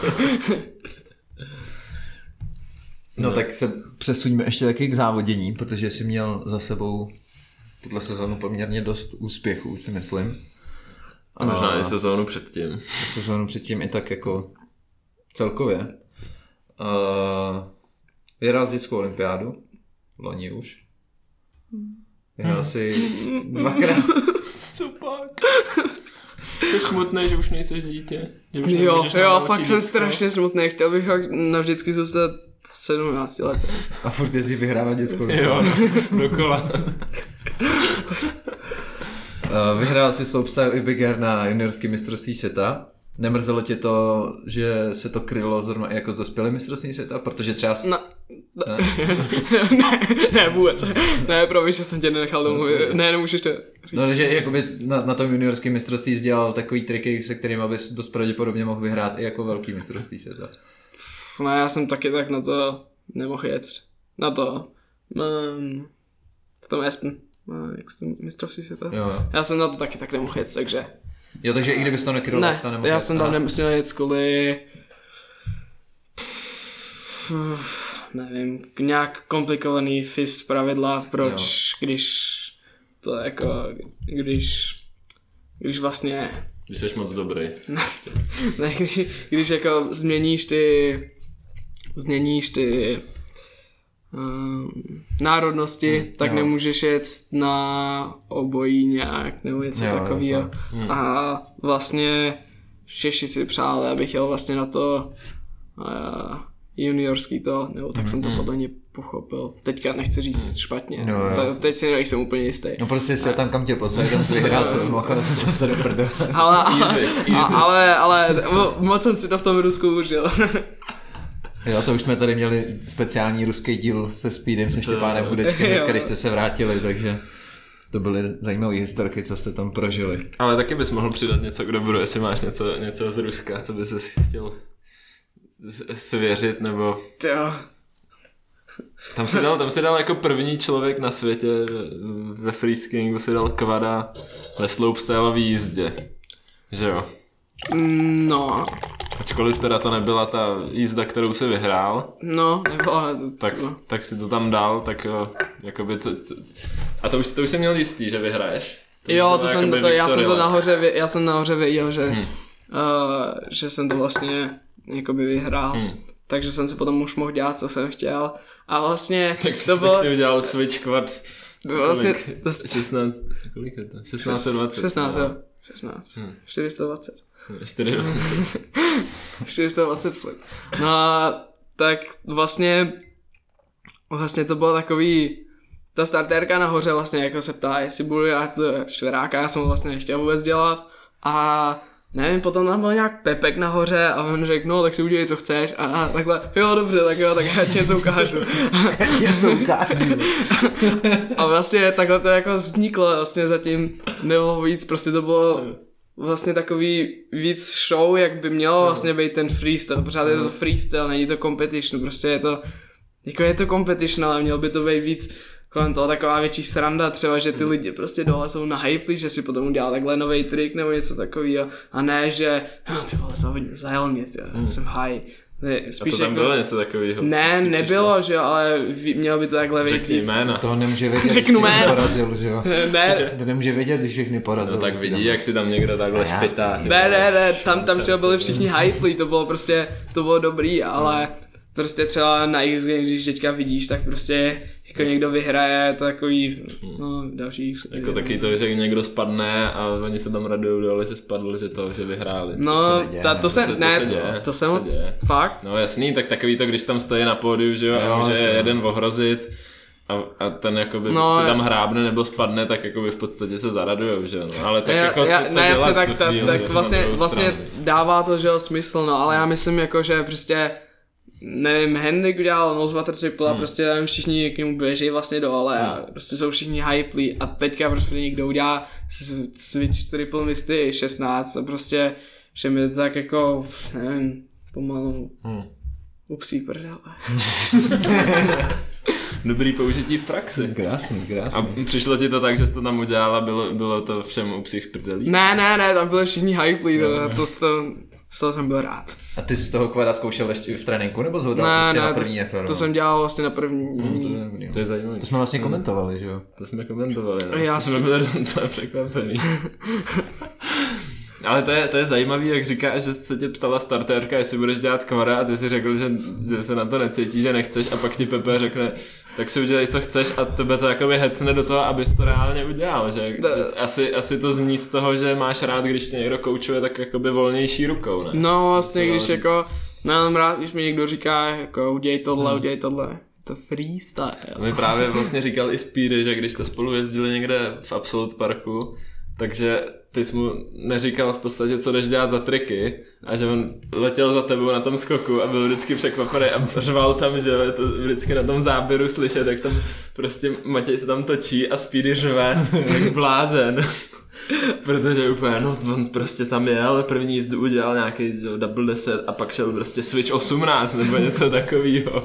Speaker 1: No, no tak se přesuňme ještě taky k závodění, protože jsi měl za sebou tuhle sezónu poměrně dost úspěchů, si myslím.
Speaker 2: A možná a i sezónu předtím.
Speaker 1: Sezónu předtím i tak jako celkově. Uh, vyhrál jsi dětskou olympiádu, loni už. Vyhrál jsi dvakrát.
Speaker 2: Co pak? Jsi smutný, že už nejseš dítě? Že už
Speaker 3: jo, jo, fakt jsem strašně smutný. Chtěl bych fakt navždycky zůstat sedmnáct let.
Speaker 1: A furt jezdí vyhrávat dětskou olympiádu.
Speaker 2: Jo, dokola.
Speaker 1: Uh, vyhrál si slopestyle i Big Air na juniorský mistrovství světa. Nemrzelo tě to, že se to krylo zrovna i jako z dospělé mistrovství světa? Protože třeba...
Speaker 3: No, ne? ne, ne, vůbec. Ne, promiň, že jsem tě nenechal domluvit. Ne, nemůžeš to říct.
Speaker 1: No, že jakoby na, na tom juniorském mistrovství jsi dělal takový triky, se kterým abys dost pravděpodobně mohl vyhrát i jako velký mistrovství světa.
Speaker 3: Ne, já jsem taky tak na to nemohl jet. Na to... Um, v tom Aspen. Jak se to mistrovství světa?
Speaker 1: Jo, jo.
Speaker 3: Já jsem na to taky tak nemohl jet, takže...
Speaker 1: Jo, takže i kdybys to nekryl,
Speaker 3: ne,
Speaker 1: tak to nemohl
Speaker 3: já
Speaker 1: jet.
Speaker 3: jsem tam nemusel jet kvůli... Nevím, nějak komplikovaný F I S pravidla, proč, jo. když to jako, když, když vlastně...
Speaker 2: Když jsi moc dobrý.
Speaker 3: Ne, když, když jako změníš ty, změníš ty um, národnosti, hmm, tak jo. nemůžeš jet na obojí nějak, nebo něco takového. Hmm. A vlastně Češi si přáli, abych jel vlastně na to uh, juniorský to, nebo tak mm, jsem to mm. podle mě pochopil. Teďka nechci říct mm. špatně. No, Ta, teď si nejsem úplně jistý.
Speaker 1: No prostě si tam kam tě poslali, tam si vyhrál, co jsem mohl se zase do prdo.
Speaker 3: Ale, easy, easy. ale, ale moc jsem si to v tom Rusku užil.
Speaker 1: Jo, to už jsme tady měli speciální ruský díl se Speedem, se Štěpánem Hudečkem, když jste se vrátili, takže to byly zajímavé historky, co jste tam prožili.
Speaker 2: Ale taky bys mohl přidat něco k dobru, jestli máš něco, něco z Ruska, co bys si chtěl svěřit, nebo...
Speaker 3: Jo.
Speaker 2: Tam si dal, tam si dal jako první člověk na světě ve freeskingu si dal kvada ve slopestyleové jízdě. Že jo?
Speaker 3: No.
Speaker 2: Ačkoliv teda to nebyla ta jízda, kterou si vyhrál.
Speaker 3: No, nebyla.
Speaker 2: Tak,
Speaker 3: no.
Speaker 2: tak si to tam dal, tak jo, jakoby... Co, co, a to už, to už jsem měl jistý, že vyhraješ? To
Speaker 3: jo, to jsem, to, já jsem to nahoře, já jsem nahoře věděl, že, hmm. uh, že jsem to vlastně jakoby vyhrál. Hmm. Takže jsem si potom už mohl dělat, co jsem chtěl. A vlastně
Speaker 2: tak
Speaker 3: to bylo...
Speaker 2: Tak si udělal switch quad.
Speaker 3: Vlastně... To...
Speaker 2: šestnáct, kolik je to? šestnáct dvacet.
Speaker 3: šestnáct, jo. šestnáct. Hmm. čtyři sta dvacet.
Speaker 2: čtyři sta dvacet.
Speaker 3: čtyři sta dvacet flip. No a tak vlastně... Vlastně to bylo takový... Ta startérka nahoře vlastně jako se ptá, jestli budu dělat čtveráka, já jsem ho vlastně nechtěl vůbec dělat. A... Nevím, potom tam byl nějak Pepek nahoře a on řekl, no tak si udělej, co chceš a, a takhle, jo dobře, tak jo, tak já ti něco ukážu.
Speaker 1: Já ti něco ukážu.
Speaker 3: A vlastně takhle to jako vzniklo, vlastně zatím nebylo víc, prostě to bylo vlastně takový víc show, jak by mělo vlastně být ten freestyle, pořád je to freestyle, není to competition, prostě je to, jako je to competition, ale mělo by to být víc kolem toho taková větší sranda, třeba, že ty lidi prostě dole jsou na hype, že si potom udělal takhle nový trik nebo něco takového a ne, že no, ty vole, zajel mě, já jsem high. Ne, spíš
Speaker 2: a to tam
Speaker 3: jako,
Speaker 2: bylo něco takového?
Speaker 3: Ne, nebylo, že jo, ale mělo by to takhle být
Speaker 2: víc. Jména.
Speaker 1: To nemůže vědět,
Speaker 3: Řeknu
Speaker 1: když všechny porazil, že jo?
Speaker 3: Ne.
Speaker 1: To nemůže vědět, když všechny porazil.
Speaker 2: No tak vidí, jak si tam někdo takhle špitá.
Speaker 3: Ne, ne, ne, tam, tam třeba byli všichni hype, to bylo prostě, to bylo dobrý, ale prostě třeba na X Games, když teďka vidíš, tak prostě jako někdo vyhraje, to takový, no, další...
Speaker 2: Jako taky to, že někdo spadne a oni se tam radujou dole, že spadl, že to, že vyhráli.
Speaker 3: No,
Speaker 1: to se neděje,
Speaker 3: ta, to se,
Speaker 2: to se,
Speaker 3: ne,
Speaker 2: to se děje,
Speaker 3: to
Speaker 2: to
Speaker 3: jsem,
Speaker 2: se děje.
Speaker 3: Fakt?
Speaker 2: No jasný, tak takový to, když tam stojí na pódiu, že jo,
Speaker 1: jo
Speaker 2: a může
Speaker 1: jo.
Speaker 2: jeden ohrozit a, a ten jakoby
Speaker 3: no,
Speaker 2: se tam hrábne nebo spadne, tak jakoby v podstatě se zaradujou, že jo, no. Ale tak
Speaker 3: já,
Speaker 2: jako
Speaker 3: já,
Speaker 2: co, co
Speaker 3: ne,
Speaker 2: dělat
Speaker 3: jasně, tak,
Speaker 2: v
Speaker 3: ta,
Speaker 2: chvíli,
Speaker 3: tak
Speaker 2: že
Speaker 3: vlastně, vlastně
Speaker 2: stranu,
Speaker 3: dává to, že jo, smysl, no, ale já myslím jako, že prostě nevím, Hendrik udělal Nosewater Triple a hmm. prostě nevím, všichni k němu běží vlastně dole hmm. a prostě jsou všichni hyplí a teďka prostě někdo udělá Switch Triple Misty šestnáct a prostě všem je to tak jako, nevím, pomalu hmm. upsí prdele.
Speaker 2: Dobrý použití v praxi.
Speaker 1: Krásný, krásný.
Speaker 2: A přišlo ti to tak, že jsi to tam udělala, bylo, bylo to všem u psích prdelí?
Speaker 3: Ne, ne, ne, tam byli všichni hyplí, no, to, to, to, z toho jsem byl rád.
Speaker 1: A ty z toho kvada zkoušel ještě v tréninku, nebo zhodal
Speaker 3: ne,
Speaker 1: prostě
Speaker 3: ne,
Speaker 1: na první
Speaker 3: to, to jsem dělal vlastně na první.
Speaker 2: Hmm, to, je, to je zajímavé.
Speaker 1: To jsme vlastně komentovali, že jo?
Speaker 2: To jsme komentovali, no.
Speaker 3: Já
Speaker 2: jsme byli docela překvapený. Ale to je, to je zajímavý, jak říkáš, že se tě ptala startérka, jestli budeš dělat kvada a ty si řekl, že, že se na to necítí, že nechceš a pak ti Pepe řekne, tak si udělej, co chceš a tebe to jakoby hecne do toho, abys to reálně udělal, že, že asi, asi to zní z toho, že máš rád, když tě někdo koučuje, tak jakoby volnější rukou, ne?
Speaker 3: No vlastně, když jako, mám rád, když mi někdo říká, jako udělej tohle, hmm. udělej tohle. To freestyle.
Speaker 2: Mi právě vlastně říkal i Speedy, že když jste spolu jezdili někde v Absolute Parku, takže ty jsi mu neříkal v podstatě, co jdeš dělat za triky a že on letěl za tebou na tom skoku a byl vždycky překvapený a řval tam, že je to vždycky na tom záběru slyšet, jak tam prostě Matěj se tam točí a Speedy řve jak blázen. Protože úplně, no on prostě tam jel, první jízdu udělal nějaký double deset a pak šel prostě switch osmnáct nebo něco takovýho.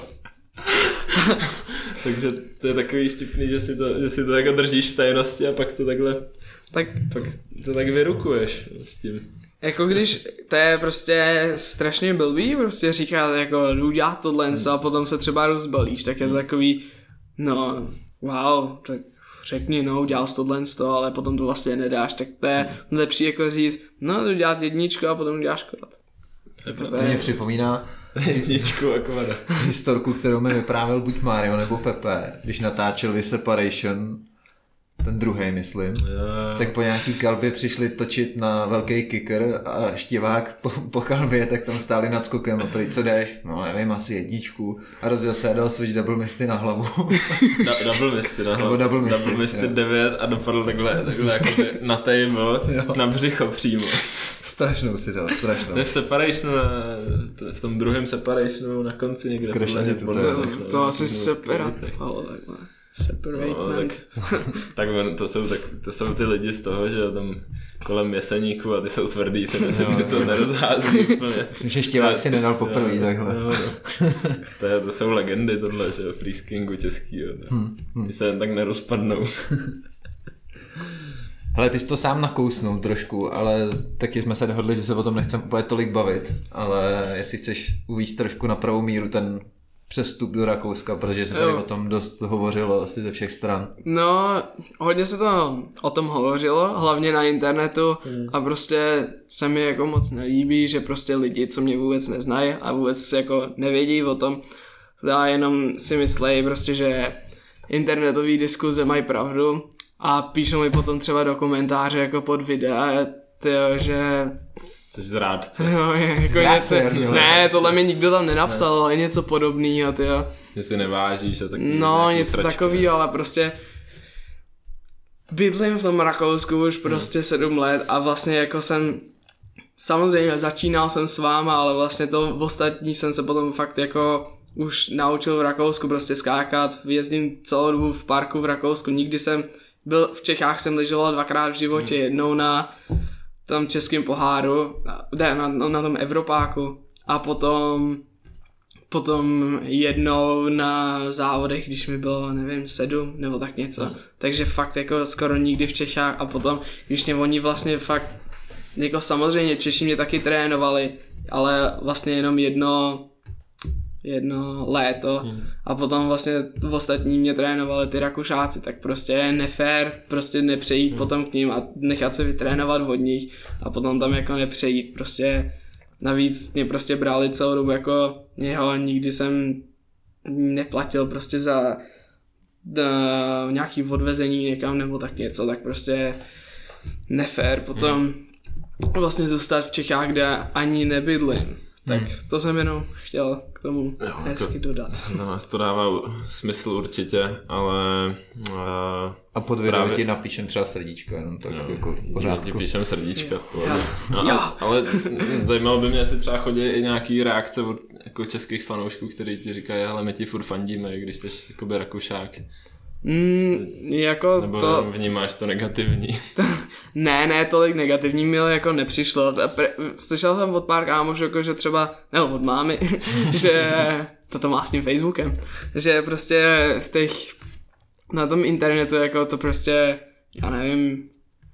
Speaker 2: Takže to je takový štipný, že si to, že si to jako držíš v tajnosti a pak to takhle, tak, pak to tak vyrukuješ s tím.
Speaker 3: Jako když to je prostě strašně blbý, prostě říkat jako jdu dělat tohle hmm. a potom se třeba rozbalíš, tak je to takový, no wow, tak řekni, no udělal jsi tohle, ale potom to vlastně nedáš, tak to je lepší jako říct, no jdu dělat jedničku a potom uděláš kvad.
Speaker 1: To mě připomíná
Speaker 2: jedničku a kvada.
Speaker 1: Historku, kterou mi vyprávěl buď Mario nebo Pepe, když natáčeli Separation, ten druhý myslím, yeah. Tak po nějaký kalbě přišli točit na velký kicker a štivák po, po kalbě, tak tam stáli nad skokem a prý, co jdeš? No nevím, asi jedničku a rozjel se a dal switch double misty na hlavu.
Speaker 2: Da, double misty na hlavu.
Speaker 1: Double misty,
Speaker 2: double misty devět a dopadl takhle, takhle jako na table, na břicho přímo.
Speaker 1: Strašnou si dal, strašnou.
Speaker 2: To je v Separationu, v tom druhém Separationu na konci někde.
Speaker 1: Crash
Speaker 2: podle,
Speaker 1: Editu,
Speaker 2: podle,
Speaker 3: to,
Speaker 2: podle,
Speaker 3: to, to asi separatovalo takhle. Separate
Speaker 2: No,
Speaker 3: man.
Speaker 2: tak, tak to, jsou, tak to jsou ty lidi z toho, že tam kolem Jeseníku a ty jsou tvrdý, si myslím, že to nerozhází úplně.
Speaker 1: Že Štěvák si nedal poprvé takhle.
Speaker 2: No, no. To, je, to jsou legendy tohle, že freeskingu českýho. Hmm, hmm. Ty se jen tak nerozpadnou.
Speaker 1: Hele, ty jsi to sám nakousnul trošku, ale taky jsme se dohodli, že se o tom nechcem úplně tolik bavit, ale jestli chceš uvést trošku na pravou míru ten přestup do Rakouska, protože se tady
Speaker 3: jo.
Speaker 1: o tom dost hovořilo asi ze všech stran.
Speaker 3: No, hodně se to o tom hovořilo, hlavně na internetu hmm. a prostě se mi jako moc nelíbí, že prostě lidi, co mě vůbec neznají a vůbec jako nevědí o tom a jenom si myslejí prostě, že internetové diskuze mají pravdu a píšou mi potom třeba do komentáře jako pod videa, tyjo, že...
Speaker 2: Jsi zrádce.
Speaker 3: Jo, jako něco, ne, tohle mi nikdo tam nenapsal, ale něco podobného, tyjo.
Speaker 2: Že si nevážíš a takový.
Speaker 3: No, něco takového, ale prostě bydlím v tom Rakousku už prostě hmm. sedm let a vlastně jako jsem, samozřejmě začínal jsem s váma, ale vlastně to ostatní jsem se potom fakt jako už naučil v Rakousku prostě skákat, jezdím celou dobu v parku v Rakousku, nikdy jsem byl, v Čechách jsem lyžoval dvakrát v životě, hmm. jednou na tom českém poháru, ne, na, na tom Evropáku a potom potom jednou na závodech, když mi bylo, nevím, sedm nebo tak něco. Hmm. Takže fakt jako skoro nikdy v Čechách a potom, když mě oni vlastně fakt, jako samozřejmě Češi mě taky trénovali, ale vlastně jenom jedno jedno léto hmm. a potom vlastně ostatní mě trénovali ty Rakušáci, tak prostě je nefér prostě nepřejít hmm. potom k ním a nechat se vytrénovat od nich a potom tam jako nepřejít, prostě navíc mě prostě brali celou dobu jako něho, nikdy jsem neplatil prostě za da, nějaký odvezení někam nebo tak něco, tak prostě nefér potom hmm. vlastně zůstat v Čechách, kde ani nebydlím. Tak hmm. to jsem jenom chtěl k tomu jo, hezky jako dodat.
Speaker 2: Na nás to dává smysl určitě, ale... Uh,
Speaker 1: a pod video právě... ti napíšem třeba srdíčka, jenom tak jo, jako v pořádku.
Speaker 2: Ti píšem srdíčka v pohodě. No, ale zajímalo by mě, jestli třeba chodí i nějaký reakce od jako českých fanoušků, kteří ti říkají, hele, my ti furt fandíme, když jsi jakoby Rakušák.
Speaker 3: Mm, jako
Speaker 2: nebo
Speaker 3: to...
Speaker 2: vnímáš to negativní?
Speaker 3: To, ne, ne, tolik negativní mi jako nepřišlo. Slyšel jsem od pár kámošů, jako, že třeba, nebo od mámy, že toto má s tím Facebookem, že prostě v těch, na tom internetu jako to prostě, já nevím,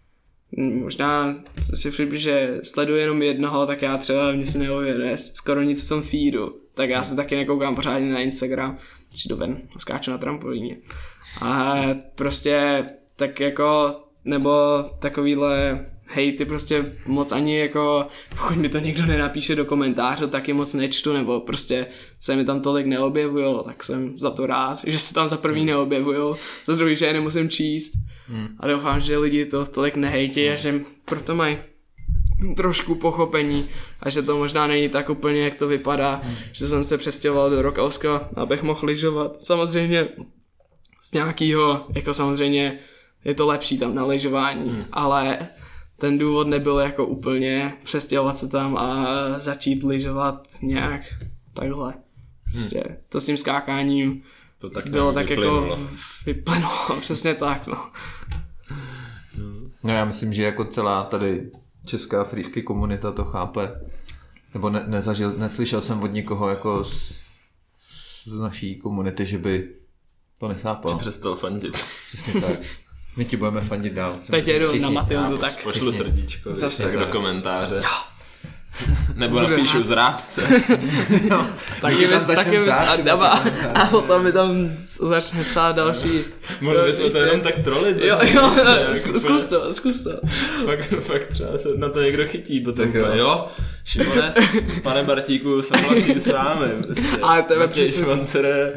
Speaker 3: možná si všiml, že sleduji jenom jednoho, tak já třeba mě si neujede skoro nic v tom feedu, tak já se taky nekoukám pořádně na Instagram, či do ven, skáču na trampolíně. A prostě tak jako, nebo takovýhle hejty prostě moc ani jako, pokud mi to někdo nenapíše do komentáře, taky moc nečtu, nebo prostě se mi tam tolik neobjevujou, tak jsem za to rád, že se tam za první neobjevujou, za druhý, že je nemusím číst a doufám, že lidi to tolik nehejtí a že proto mají trošku pochopení a že to možná není tak úplně, jak to vypadá, hmm. že jsem se přestěhoval do Rakouska, abych mohl lyžovat. Samozřejmě z nějakého, jako samozřejmě je to lepší tam na lyžování, hmm. ale ten důvod nebyl jako úplně přestěhovat se tam a začít lyžovat nějak takhle. Prostě hmm. to s tím skákáním
Speaker 2: to tak
Speaker 3: bylo tak vyplynulo. Jako vyplynulo, přesně tak, no.
Speaker 1: No já myslím, že jako celá tady česká freesky komunita to chápe, nebo ne, nezažil, neslyšel jsem od někoho jako z, z naší komunity, že by to nechápal.
Speaker 2: Že přestal fandit.
Speaker 1: Přesně tak. My ti budeme fandit dál.
Speaker 3: Teď jedu na Matildu, tak.
Speaker 2: Pošlu srdíčko,
Speaker 3: zase
Speaker 2: tak do komentáře.
Speaker 3: Jo.
Speaker 2: Nebo napíšu zrádce.
Speaker 3: No, taky mi taky psát dama a potom mi tam začne psát další.
Speaker 2: Mohli bychom to jenom tak trolit.
Speaker 3: Jo, jo, zkus to, zkus to.
Speaker 2: Fakt, fakt třeba se na to někdo chytí, potom jo. jo, Šimone, pane Bartíku, souhlasím s vámi.
Speaker 3: Ale tebe
Speaker 2: přece... Švancere,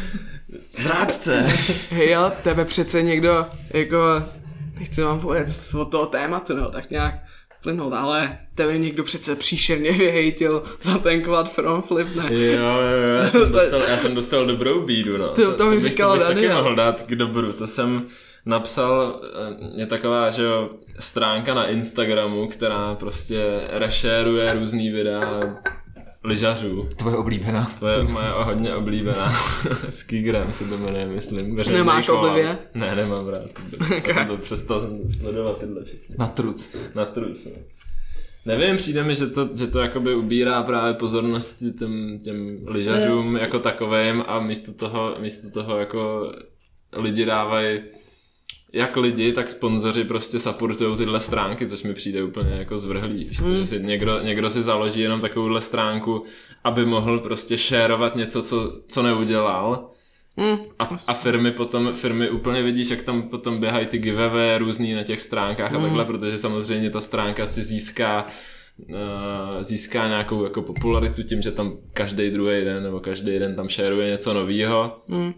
Speaker 2: zrádce.
Speaker 3: Jo, tebe přece někdo, jako, nechci vám vůbec od toho tématu, no, tak nějak plynout, ale tebe někdo přece příšerně vyhejtil za ten quad front flip, ne?
Speaker 2: Jo, jo, jo, já jsem dostal, já jsem dostal dobrou bídu, no.
Speaker 3: To, to, to mi říkal
Speaker 2: Daniel. To bych taky
Speaker 3: Daniel.
Speaker 2: mohl dát k dobru, to jsem napsal, je taková, že jo, stránka na Instagramu, která prostě rešeruje různý videa lyžařů.
Speaker 1: Tvoje oblíbená.
Speaker 2: Tvoje moje hodně oblíbená. Skigram se to jmenuje, myslím. Veřejný
Speaker 3: Nemáš
Speaker 2: kola.
Speaker 3: Oblivě?
Speaker 2: Ne, nemám rád. Já jsem to přestal sledovat tyhle všechny.
Speaker 1: Na truc.
Speaker 2: Na truc, no. Nevím, přijde mi, že to, že to jakoby ubírá právě pozornost těm, těm lyžařům jako takovým a místo toho, místo toho jako lidi dávají, jak lidi, tak sponzoři prostě supportujou tyhle stránky, což mi přijde úplně jako zvrhlý. Víš co, mm. že si někdo, někdo si založí jenom takovouhle stránku, aby mohl prostě šérovat něco, co, co neudělal. Mm. A, a firmy potom, firmy úplně vidíš, jak tam potom běhají ty giveaway různý na těch stránkách mm. a takhle, protože samozřejmě ta stránka si získá uh, získá nějakou jako popularitu tím, že tam každý druhý den nebo každý den tam šéruje něco novýho. Mm.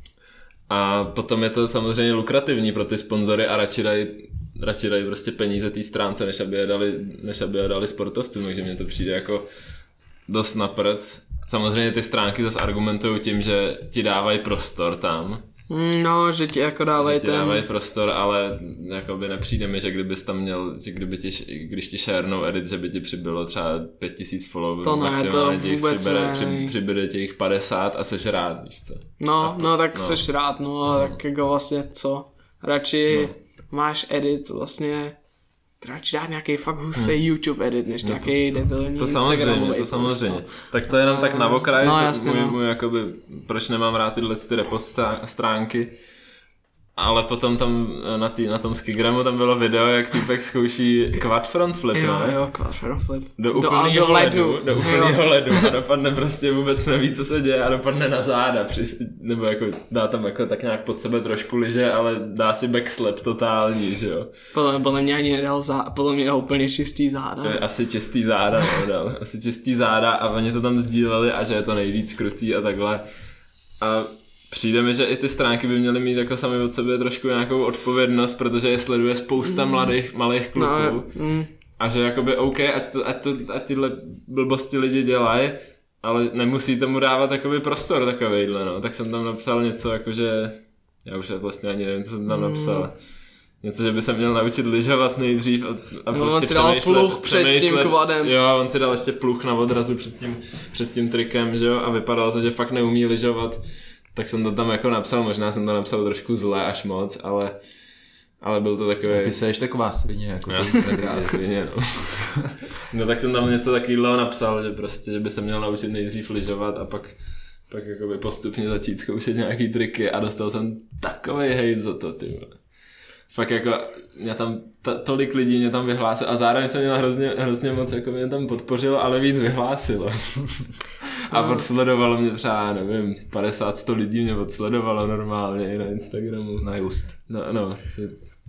Speaker 2: A potom je to samozřejmě lukrativní pro ty sponzory a radši dají, radši dají prostě peníze té stránce, než aby je dali, než aby je dali sportovcům, takže mně to přijde jako dost na prd. Samozřejmě ty stránky zase argumentují tím, že ti dávají prostor tam.
Speaker 3: No, že ti jako dávají
Speaker 2: ten... Že ti dávají prostor, ale jakoby nepřijde mi, že kdybys tam měl, že kdyby ti, když ti šernou edit, že by ti přibylo třeba pět tisíc followerů.
Speaker 3: To ne,
Speaker 2: maximálně
Speaker 3: to vůbec
Speaker 2: přibere,
Speaker 3: ne.
Speaker 2: Při, přibyde ti jich padesát a seš rád, víš co.
Speaker 3: No,
Speaker 2: to,
Speaker 3: no tak
Speaker 2: no.
Speaker 3: seš rád, no, no. Tak jako vlastně co, radši no. máš edit vlastně, radši dát nějaký fakt husej hmm. YouTube edit, než no, nějaký
Speaker 2: to,
Speaker 3: debilní
Speaker 2: to samozřejmě, to samozřejmě. No. Tak to jenom a, tak na okraj,
Speaker 3: no, jasně,
Speaker 2: můj,
Speaker 3: no.
Speaker 2: můj, jakoby, proč nemám rád tyhle ty repost stránky. Ale potom tam na, tý, na tom Skigramu tam bylo video, jak týpek zkouší quad front flip,
Speaker 3: jo,
Speaker 2: ne?
Speaker 3: Jo, quad front flip.
Speaker 2: Do úplného do, ledu, ledu, do úplného ledu a dopadne prostě vůbec neví, co se děje a dopadne na záda, při, nebo jako dá tam jako tak nějak pod sebe trošku liže, ale dá si backslap totální, že jo?
Speaker 3: Podle, podle mě ani nedal záda, podle mě dal úplně čistý záda.
Speaker 2: Asi čistý záda, no, dal. Asi čistý záda a oni to tam sdíleli a že je to nejvíc krutý a takhle. A přijde mi, že i ty stránky by měly mít jako sami od sebe trošku nějakou odpovědnost, protože je sleduje spousta mladých, malých kluků. No, mm. A že jakoby OK, ať, to, ať, to, ať tyhle blbosti lidi dělají, ale nemusí tomu dávat jakoby prostor takovejhle, no. Tak jsem tam napsal něco jakože, já už vlastně ani nevím, co jsem tam napsal. Něco, že by se měl naučit lyžovat nejdřív a, a
Speaker 3: no,
Speaker 2: prostě
Speaker 3: on si dal pluch před tím kvadem.
Speaker 2: Jo, on si dal ještě pluch na odrazu před tím, před tím trikem, že jo, a vypadalo to, že fakt neumí lyžovat. Tak jsem to tam jako napsal, možná jsem to napsal trošku zle až moc, ale, ale byl to takový...
Speaker 1: Ty seš taková svině. Jako
Speaker 2: já jsem taková svině, no. No tak jsem tam něco takového napsal, že prostě, že by se měl naučit nejdřív lyžovat a pak, pak jakoby postupně začít zkoušet nějaký triky a dostal jsem takovej hejt za to, ty vole. Fakt jako, mě tam, t- tolik lidí mě tam vyhlásilo a zároveň jsem měl hrozně, hrozně moc, jako mě tam podpořilo, ale víc vyhlásilo. A odsledovalo mě třeba, nevím, padesát sto lidí mě odsledovalo normálně i na Instagramu.
Speaker 1: No just.
Speaker 2: No, no. Že,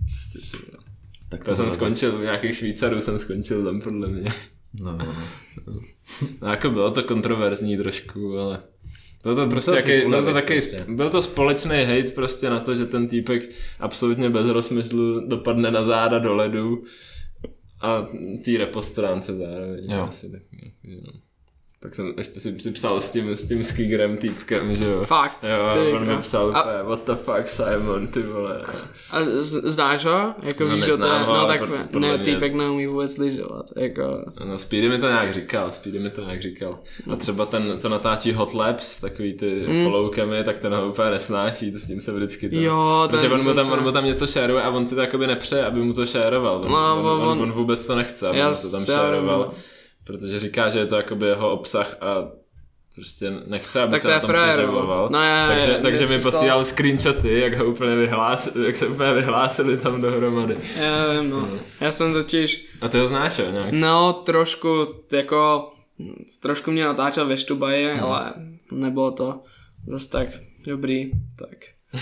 Speaker 2: tak to, to jsem skončil, v nějakých Švýcarů jsem skončil tam podle mě.
Speaker 1: No, no, no.
Speaker 2: No jako bylo to kontroverzní trošku, ale... Byl to, prostě jaký, byl, to taky, prostě. Byl to společný hejt prostě na to, že ten týpek absolutně bez rozmyslu dopadne na záda do ledu a tý repostránce zároveň.
Speaker 1: Jo.
Speaker 2: Asi tak, no. Tak jsem ještě si, si psal s tím, s tím Skigrem týpkem, že jo.
Speaker 3: Fakt.
Speaker 2: Jo, on mi psal úplně, what the fuck Simon, ty vole.
Speaker 3: A z, znáš ho? Jako
Speaker 2: no,
Speaker 3: víš,
Speaker 2: neznám
Speaker 3: to,
Speaker 2: ho,
Speaker 3: no tak
Speaker 2: pod,
Speaker 3: ne,
Speaker 2: mě...
Speaker 3: týpek neumí vůbec lyžovat, jako.
Speaker 2: No Speedy mi to nějak říkal, Speedy mi to nějak říkal. A třeba ten, co natáčí Hot Labs, takový ty mm. followkamy, tak ten ho úplně nesnáší, to s tím se vždycky to.
Speaker 3: Jo,
Speaker 2: protože on mu, tam, on mu tam něco šéruje a on si to jakoby nepřeje, aby mu to šéroval. On, no, on, on, on, on vůbec to nechce, aby mu to tam šéroval. Protože říká, že je to jakoby jeho obsah a prostě nechce, aby tak se na tom přeživoval. No, je, takže je, takže mi posílal to... screenshoty, jak ho úplně vyhlásili, jak se úplně vyhlásili tam dohromady.
Speaker 3: Já vím, no. no. Já jsem totiž...
Speaker 2: A ty ho znáš, jo, nějak?
Speaker 3: No, trošku, jako... Trošku mě natáčel ve Štubaji, hmm. ale nebylo to zase tak dobrý, tak...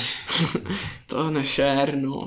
Speaker 3: to nešer, no.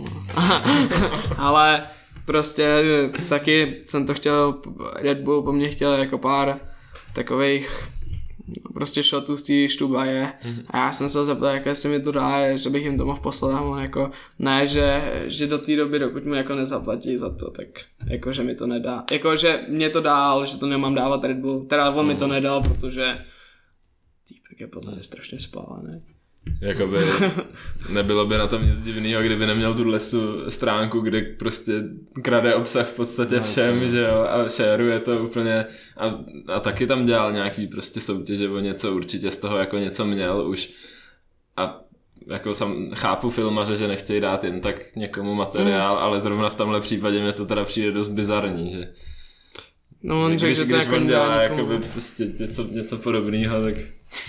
Speaker 3: Ale... Prostě taky jsem to chtěl, Red Bull po mně chtěl jako pár takových prostě shotů z té Štubaje mm-hmm. a já jsem se zeptal, jaké se mi to dá, že bych jim to mohl poslat a on jako ne, že, že do té doby, dokud mi jako nezaplatí za to, tak jako, že mi to nedá. Jako, že mě to dá, ale že to nemám dávat Red Bull, teda on mm. mi to nedal, protože týpek je podle mě strašně spálený.
Speaker 2: Jakoby nebylo by na tom nic divného, kdyby neměl tuhle tu stránku, kde prostě krade obsah v podstatě všem, no, že jo, a šéruje to úplně a, a taky tam dělal nějaký prostě soutěže o něco, určitě z toho jako něco měl už a jako sam chápu filmaře, že nechtějí dát jen tak někomu materiál, mm. ale zrovna v tomhle případě mě to teda přijde dost bizarní, že
Speaker 3: no, on
Speaker 2: že když,
Speaker 3: řek,
Speaker 2: když
Speaker 3: jako
Speaker 2: on dělá jakoby prostě něco, něco podobného, tak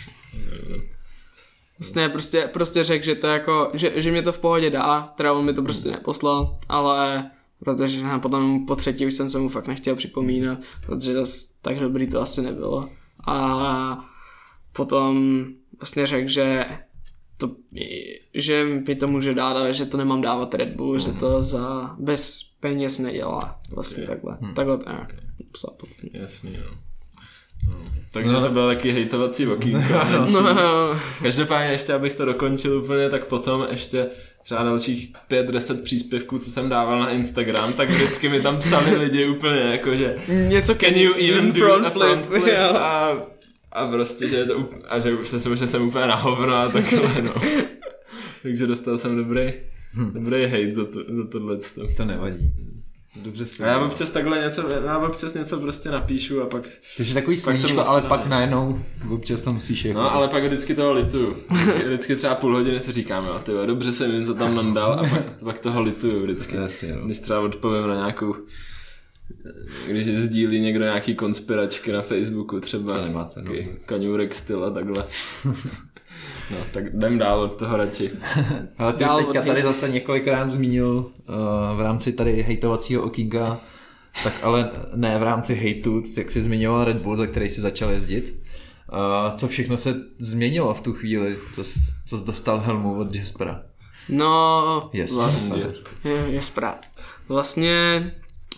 Speaker 3: vlastně prostě, prostě řekl, že to jako, že, že mě to v pohodě dá, teda on mi to prostě neposlal, ale protože potom po třetí už jsem se mu fakt nechtěl připomínat, protože to tak dobrý to asi nebylo. A potom vlastně řekl, že to, že mi to může dát, ale že to nemám dávat Red Bull, mm. že to za bez peněz nedělá. Vlastně okay. takhle. Hmm. Takhle to nějak psal.
Speaker 2: Jasný, no. No, takže no, to bylo taky hejtovací okýnko.
Speaker 3: No, no, no.
Speaker 2: Každopádně ještě, abych to dokončil úplně, tak potom ještě třeba dalších pět deset příspěvků, co jsem dával na Instagram, tak vždycky mi tam psali lidi úplně jako, že
Speaker 3: něco
Speaker 2: can you even do a front flip a, a prostě, že, to, a že, se, že jsem úplně na hovno a takhle, no. Takže dostal jsem dobrý, dobrý hejt za, to, za tohleto.
Speaker 1: To nevadí. Dobře
Speaker 2: a já občas takhle něco, já občas něco prostě napíšu a pak...
Speaker 1: Ty jsi takový sluníčko, ale pak najednou občas to musíš jako...
Speaker 2: No, ale pak vždycky toho lituju. Vždycky, vždycky třeba půl hodiny si říkám, jo, tyjo, dobře jsem jim to tam nandal a pak, pak toho lituju vždycky.
Speaker 1: Jasně, jo.
Speaker 2: Když třeba odpovím na nějakou... Když sdílí někdo nějaký konspiračky na Facebooku třeba.
Speaker 1: To nemá cenu.
Speaker 2: Kaňůrek styl a takhle. No, tak jdem dál od toho radši.
Speaker 1: Ale ty jsi teďka tady zase několikrát zmínil uh, v rámci tady hejtovacího okýnka, tak ale ne v rámci hejtu, jak jsi zmiňoval Red Bull, za který jsi začal jezdit. Uh, co všechno se změnilo v tu chvíli, co jsi, co jsi dostal helmu od Jaspera?
Speaker 3: No,
Speaker 1: yes,
Speaker 3: vlastně, je, Jaspera. Vlastně...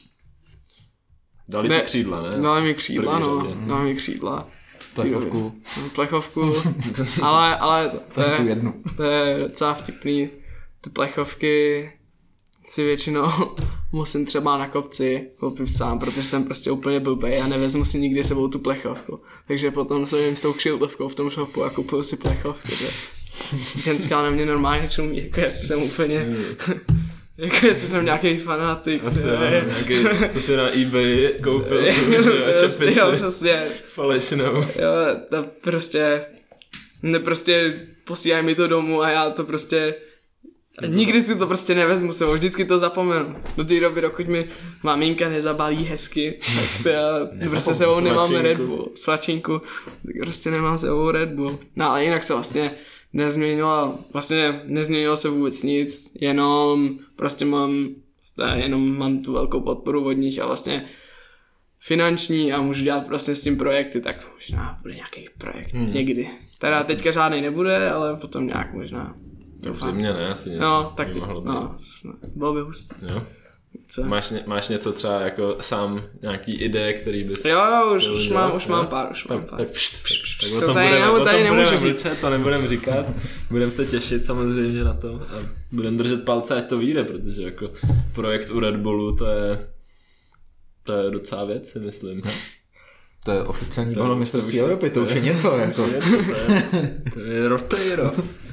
Speaker 2: Dali ti křídla, ne?
Speaker 3: Dali mi křídla, no, dali mi křídla.
Speaker 1: Plechovku.
Speaker 3: Plechovku, ale, ale to,
Speaker 1: je,
Speaker 3: tu jednu. To je docela vtipný. Ty plechovky si většinou musím třeba na kopci koupit sám, protože jsem prostě úplně blbej a nevezmu si nikdy sebou tu plechovku. Takže potom jsem jim s tou kšiltovkou v tom shopu a koupil si plechovku. Že? Ženská na mě normálně čumí, jako jestli jsem úplně... Jako jestli jsem nějaký fanatik.
Speaker 2: Asi nějaký, co jsi na eBay koupil, čepici.
Speaker 3: Jo, přesně.
Speaker 2: Falešnou.
Speaker 3: Jo, to prostě, ne prostě posílají mi to domů a já to prostě, nikdy si to prostě nevezmu sebou, vždycky to zapomenu. Do té doby, dokud mi maminka nezabalí hezky, tak to já to prostě sebou nemám Red Bull, svačinku, tak prostě nemám sebou Red Bull. No ale jinak se vlastně nezměnilo, vlastně nezměnilo se vůbec nic, jenom prostě mám, jenom mám tu velkou podporu od nich a vlastně finanční a můžu dělat prostě s tím projekty, tak možná bude nějaký projekt hmm. někdy. Teda teďka žádnej nebude, ale potom nějak možná.
Speaker 2: Tak v zimě ne, asi něco.
Speaker 3: No, tak ty, no, bylo by hustý.
Speaker 2: Jo. Máš, ně, máš něco třeba jako sám nějaký ideje, který bys...
Speaker 3: Jo, jo, už, už, mám, už mám pár, už mám
Speaker 2: tak,
Speaker 3: pár.
Speaker 2: Tak, pšt, pšt, pšt, tak o tom budeme, o tom budeme mlčet, to nebudeme říkat. Budeme se těšit samozřejmě na to a budeme držet palce, ať to vyjde, protože jako projekt u Red Bullu to je, to je docela věc, si myslím.
Speaker 1: To je oficiální balonmistrovství Evropy, to už je něco. Jako.
Speaker 2: To je Roteiro.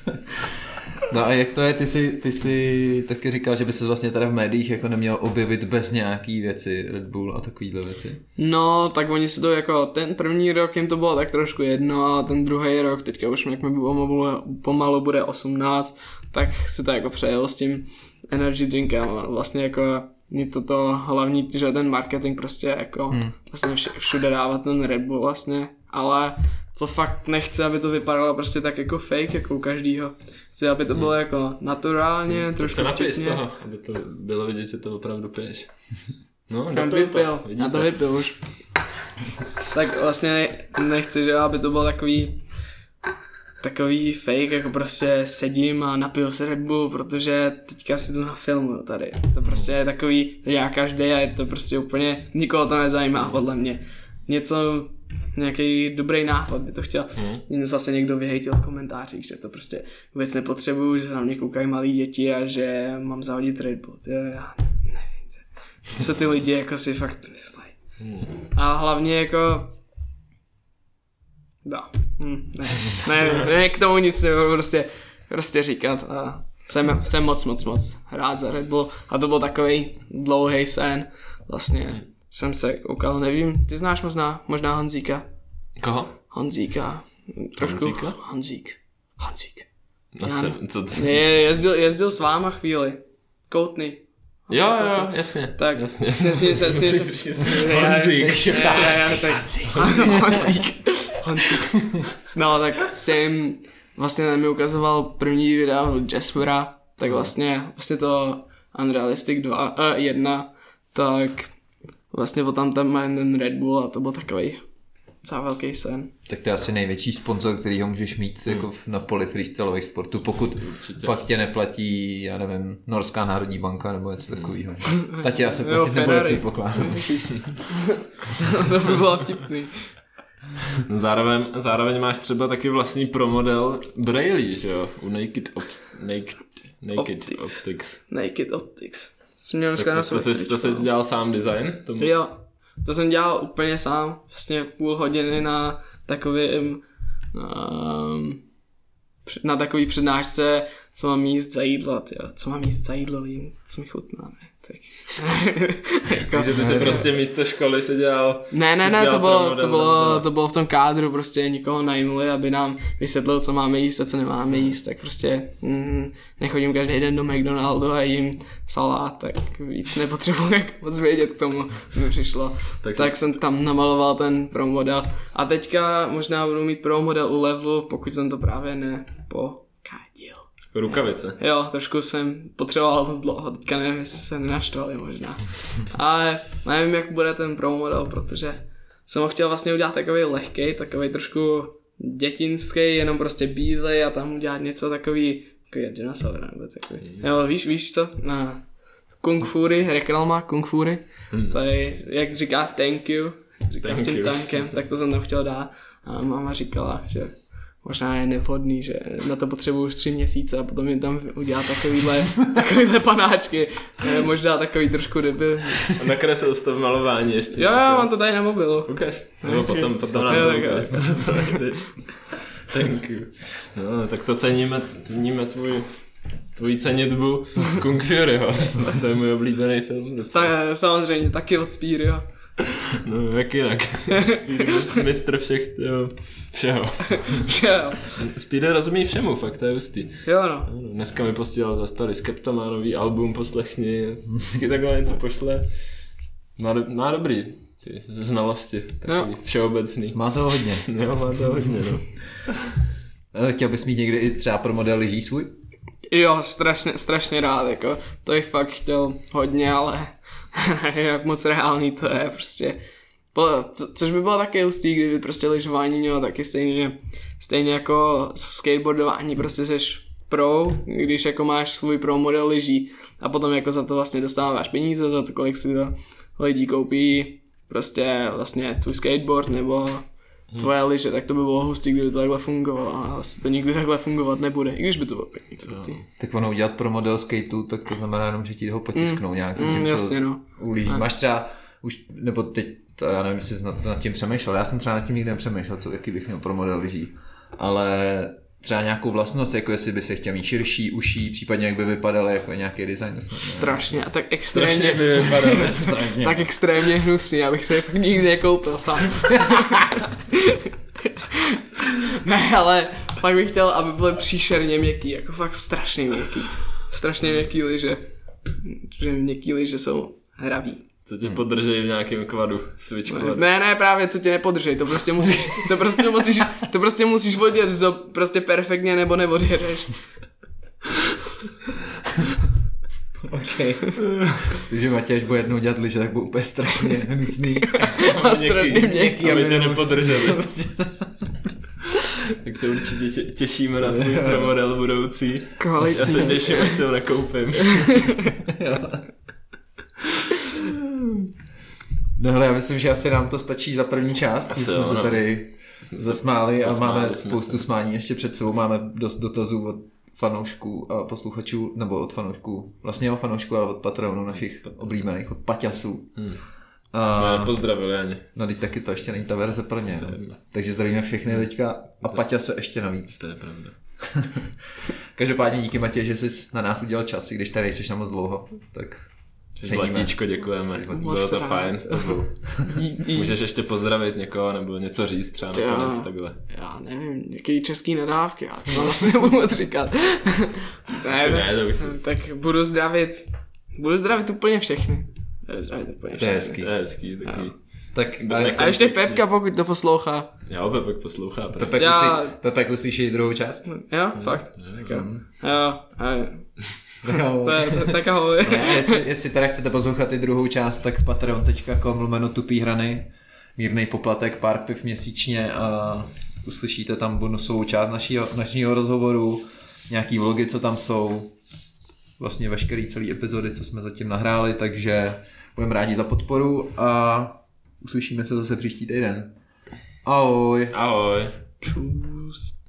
Speaker 1: No a jak to je, ty jsi, ty jsi taky říkal, že by se vlastně teda v médiích jako neměl objevit bez nějaký věci, Red Bull a takovýhle věci?
Speaker 3: No, tak oni si to jako, ten první rok jim to bylo tak trošku jedno, ale ten druhý rok, teďka už jak mi pomalu, pomalu bude osmnáct, tak si to jako přejel s tím energy drinkem, vlastně jako mě to to hlavní, že ten marketing prostě jako hmm. vlastně všude dávat ten Red Bull vlastně, ale co fakt nechci, aby to vypadalo prostě tak jako fake, jako u každýho. Chci, aby to bylo hmm. jako naturálně, hmm. trošku
Speaker 2: vtipně. Tak
Speaker 3: se
Speaker 2: z toho, aby to bylo vidět, že to opravdu piješ. No,
Speaker 3: já vypil, já to vypil už. Tak vlastně nechci, že aby to bylo takový takový fake, jako prostě sedím a napiju se Red Bull, protože teďka si to nafilmuju tady. To prostě je takový, já každý a je to prostě úplně, nikoho to nezajímá podle mě. Něco, nějaký dobrý nápad by to chtěl. Hmm. Zase někdo vyhejtil v komentářích, že to prostě vůbec nepotřebuju, že se na mě koukají malí děti a že mám zahodit Red Bull. Já nevím, co ty lidi jako si fakt myslejí. Hmm. A hlavně jako Dá. Hm, ne, ne, ne, k tomu nic nebudu prostě, prostě říkat a jsem, jsem moc, moc, moc rád za Red Bull a to byl takový dlouhý sen. Vlastně jsem se koukal, nevím, ty znáš možná, možná Honzíka?
Speaker 2: Koho?
Speaker 3: Honzíka. Trošku.
Speaker 2: Honzíka?
Speaker 3: Honzík. Honzík.
Speaker 2: Já jsem, co to...
Speaker 3: Je, jezdil, jezdil s váma chvíli. Koutný.
Speaker 2: Jo, jo, jasně.
Speaker 3: Tak,
Speaker 2: jasně.
Speaker 3: S ním se, s ním se...
Speaker 2: Honzík.
Speaker 3: Honzík. Honzík. No, tak s tím vlastně mi ukazoval první videa od Jaspera, tak vlastně, vlastně to Unrealistic dva, uh, jedna, tak vlastně o tam tam má ten Red Bull a to byl takový docela velký sen.
Speaker 1: Tak to je asi největší sponzor, který ho můžeš mít hmm. jako na poli freestyleových sportů, pokud určitě pak tě neplatí, já nevím, Norská národní banka nebo něco takového. Hmm. Ta tě asi platit nebude předpokládám.
Speaker 3: To by bylo vtipný.
Speaker 2: No zároveň, zároveň máš třeba taky vlastní promodel Braille, že jo? U Naked, Op- Naked, Naked Optics. Optics.
Speaker 3: Naked Optics. Jsem měl
Speaker 2: tak to, to, to, jsi, to jsi dělal sám design? Tomu?
Speaker 3: Jo, to jsem dělal úplně sám. Vlastně půl hodiny na takovým um, na takový přednášce, co mám jíst za jídlo, tyjo. Co mám jíst za jídlo, vím, co mi chutná, ne? Tak.
Speaker 2: jako, Takže ty jsi prostě místo školy se dělal...
Speaker 3: Ne, ne, ne, to bylo, to, bylo, to bylo v tom kádru, prostě někoho najmuli, aby nám vysvětlil, co máme jíst a co nemáme jíst, tak prostě mm, nechodím každý den do McDonaldu a jim salát, tak víc nepotřebuji jak moc vědět k tomu, mi přišlo. Tak, tak jsi... jsem tam namaloval ten pro model a teďka možná budu mít pro model u Levelu, pokud jsem to právě nepo...
Speaker 2: Rukavice.
Speaker 3: Jo, trošku jsem potřeboval moc dlouho, teďka nevím, jestli se nenaštvali možná. Ale nevím, jak bude ten pro model, protože jsem ho chtěl vlastně udělat takový lehkej, takový trošku dětinský, jenom prostě bílej a tam udělat něco takový, takový dinosaur nebo takový. Jo, víš, víš co? Na Kung Fury, Rekral má Kung Fury, hmm. to je, jak říká thank you, říká thank s tím you. Tankem, tak to jsem tam chtěl dát a máma říkala, že možná je nevhodný, že na to potřebuju už tři měsíce a potom jim tam udělat takovýhle, takovýhle panáčky. Možná takový trošku debil.
Speaker 2: Nakreslil jsi to v malování ještě.
Speaker 3: Jo, jo, mám to tady na mobilu.
Speaker 2: Ukaž. Nebo okay. potom, potom nám to ukáž. Thank you. No, tak to ceníme, ceníme tvůj, tvůj cenitbu Kung Furyho. To je můj oblíbený film.
Speaker 3: Ta, samozřejmě, taky od Spíryho.
Speaker 2: No, jak jinak. Speedy mistr všech, jo, všeho.
Speaker 3: Všeho.
Speaker 2: Speedy rozumí všemu, fakt, to je hustý.
Speaker 3: Jo, no.
Speaker 2: Dneska mi posílal za starý Skepta, má nový album, poslechni, vždycky takhle něco pošle. Má, do, má dobrý ty znalosti, takový no. Všeobecný.
Speaker 1: Má to hodně.
Speaker 2: Jo, má to hodně, no.
Speaker 1: Chtěl bys mít někdy i třeba pro model lyží svůj?
Speaker 3: Jo, strašně, strašně rád, jako, to bych fakt chtěl hodně, ale jak moc reálný to je, prostě, po, co, což by bylo taky hustý, kdyby prostě lyžování mělo taky stejně, stejně jako skateboardování, prostě seš pro, když jako máš svůj pro model lyží a potom jako za to vlastně dostáváš peníze, za to kolik si to lidí koupí, prostě vlastně tvůj skateboard nebo tvoje lyže, tak to by bylo hustý, kdyby to takhle fungovalo, ale to nikdy takhle fungovat nebude, i když by to bylo pěkný.
Speaker 1: Tak ono udělat pro model skateu, tak to znamená jenom, že ti ho potisknou mm, nějak,
Speaker 3: mm, jasně, no.
Speaker 1: Ulíží. Máš třeba už, nebo teď, to, já nevím, jestli jsi nad, nad tím přemýšlel, já jsem třeba nad tím nikdy nepřemýšlel, co, jaký bych měl pro model lyží, ale třeba nějakou vlastnost, jako jestli by se chtěl mít širší, uší, případně jak by vypadaly jako nějaký design.
Speaker 3: Strašně a tak extrémně,
Speaker 2: Strašně by vypadaly. Strašně.
Speaker 3: Tak extrémně hnusný, já bych se je fakt nikdy nekoupil sám. Ne, ale fakt bych chtěl, aby byly příšerně měkký, jako fakt strašně měkký. Strašně měkký lyže, že měkký lyže jsou hraví.
Speaker 2: Co tě podržej v nějakém kvadu, svičkovat.
Speaker 3: Ne, ne, právě co tě nepodržej, to prostě musíš, to prostě musíš, to prostě musíš odjet, to prostě perfektně nebo neodjedeš.
Speaker 1: Okay. Takže Matěj, až bude jednou dělat lyže, tak bude úplně strašně hnusný.
Speaker 3: A strašně měkký.
Speaker 2: Aby tě nepodrželi. Tak se určitě těšíme na tvůj promodel budoucí.
Speaker 3: Kvalitní.
Speaker 2: Já se těším, až si ho nakoupím.
Speaker 1: No hele, já myslím, že asi nám to stačí za první část. Asi jsme jo, se no. tady jsme zasmáli a zasmáli, máme spoustu smání ještě před sebou. Máme dost dotazů od fanoušků a posluchačů, nebo od fanoušků, vlastně od fanoušků, ale od patronů našich oblíbených, od Paťasů. Hmm.
Speaker 2: Jsme je pozdravili ani.
Speaker 1: No teď taky to ještě není ta verze pro ně. Takže zdravíme všechny teďka a Paťa se ještě navíc.
Speaker 2: To je pravda.
Speaker 1: Každopádně díky Matěj, že jsi na nás udělal čas, i když tady jsi tam moc dlouho. Tak
Speaker 2: Zlatíčko, děkujeme. Bylo to fajn s tebou. Můžeš ještě pozdravit někoho nebo něco říct třeba nakonec takhle.
Speaker 3: Já nevím, jaký český nadávky, já to vlastně nebudu moc říkat.
Speaker 2: ne, ne, to už
Speaker 3: tak budu zdravit, budu zdravit úplně všechny. Budu zdravit úplně všechny.
Speaker 1: To je hezký.
Speaker 2: To je hezký, taky.
Speaker 1: Tak,
Speaker 3: a, a ještě Pepka, pokud to poslouchá.
Speaker 2: Jo, Pepek poslouchá.
Speaker 1: Pepek, já... uslyší, Pepek uslyší druhou část?
Speaker 3: Jo, hmm. fakt.
Speaker 2: Tak jo.
Speaker 3: Jo, jo. Tak ahoj.
Speaker 1: jestli, jestli teda chcete poslouchat i druhou část, tak patreon tečka com lomeno tupý hrany, mírnej poplatek, pár piv měsíčně a uslyšíte tam bonusovou část našího, našího rozhovoru, nějaký vlogy, co tam jsou, vlastně veškerý celý epizody, co jsme zatím nahráli, takže budeme rádi za podporu a uslyšíme se zase příští týden. Ahoj.
Speaker 2: Ahoj.
Speaker 3: Čus.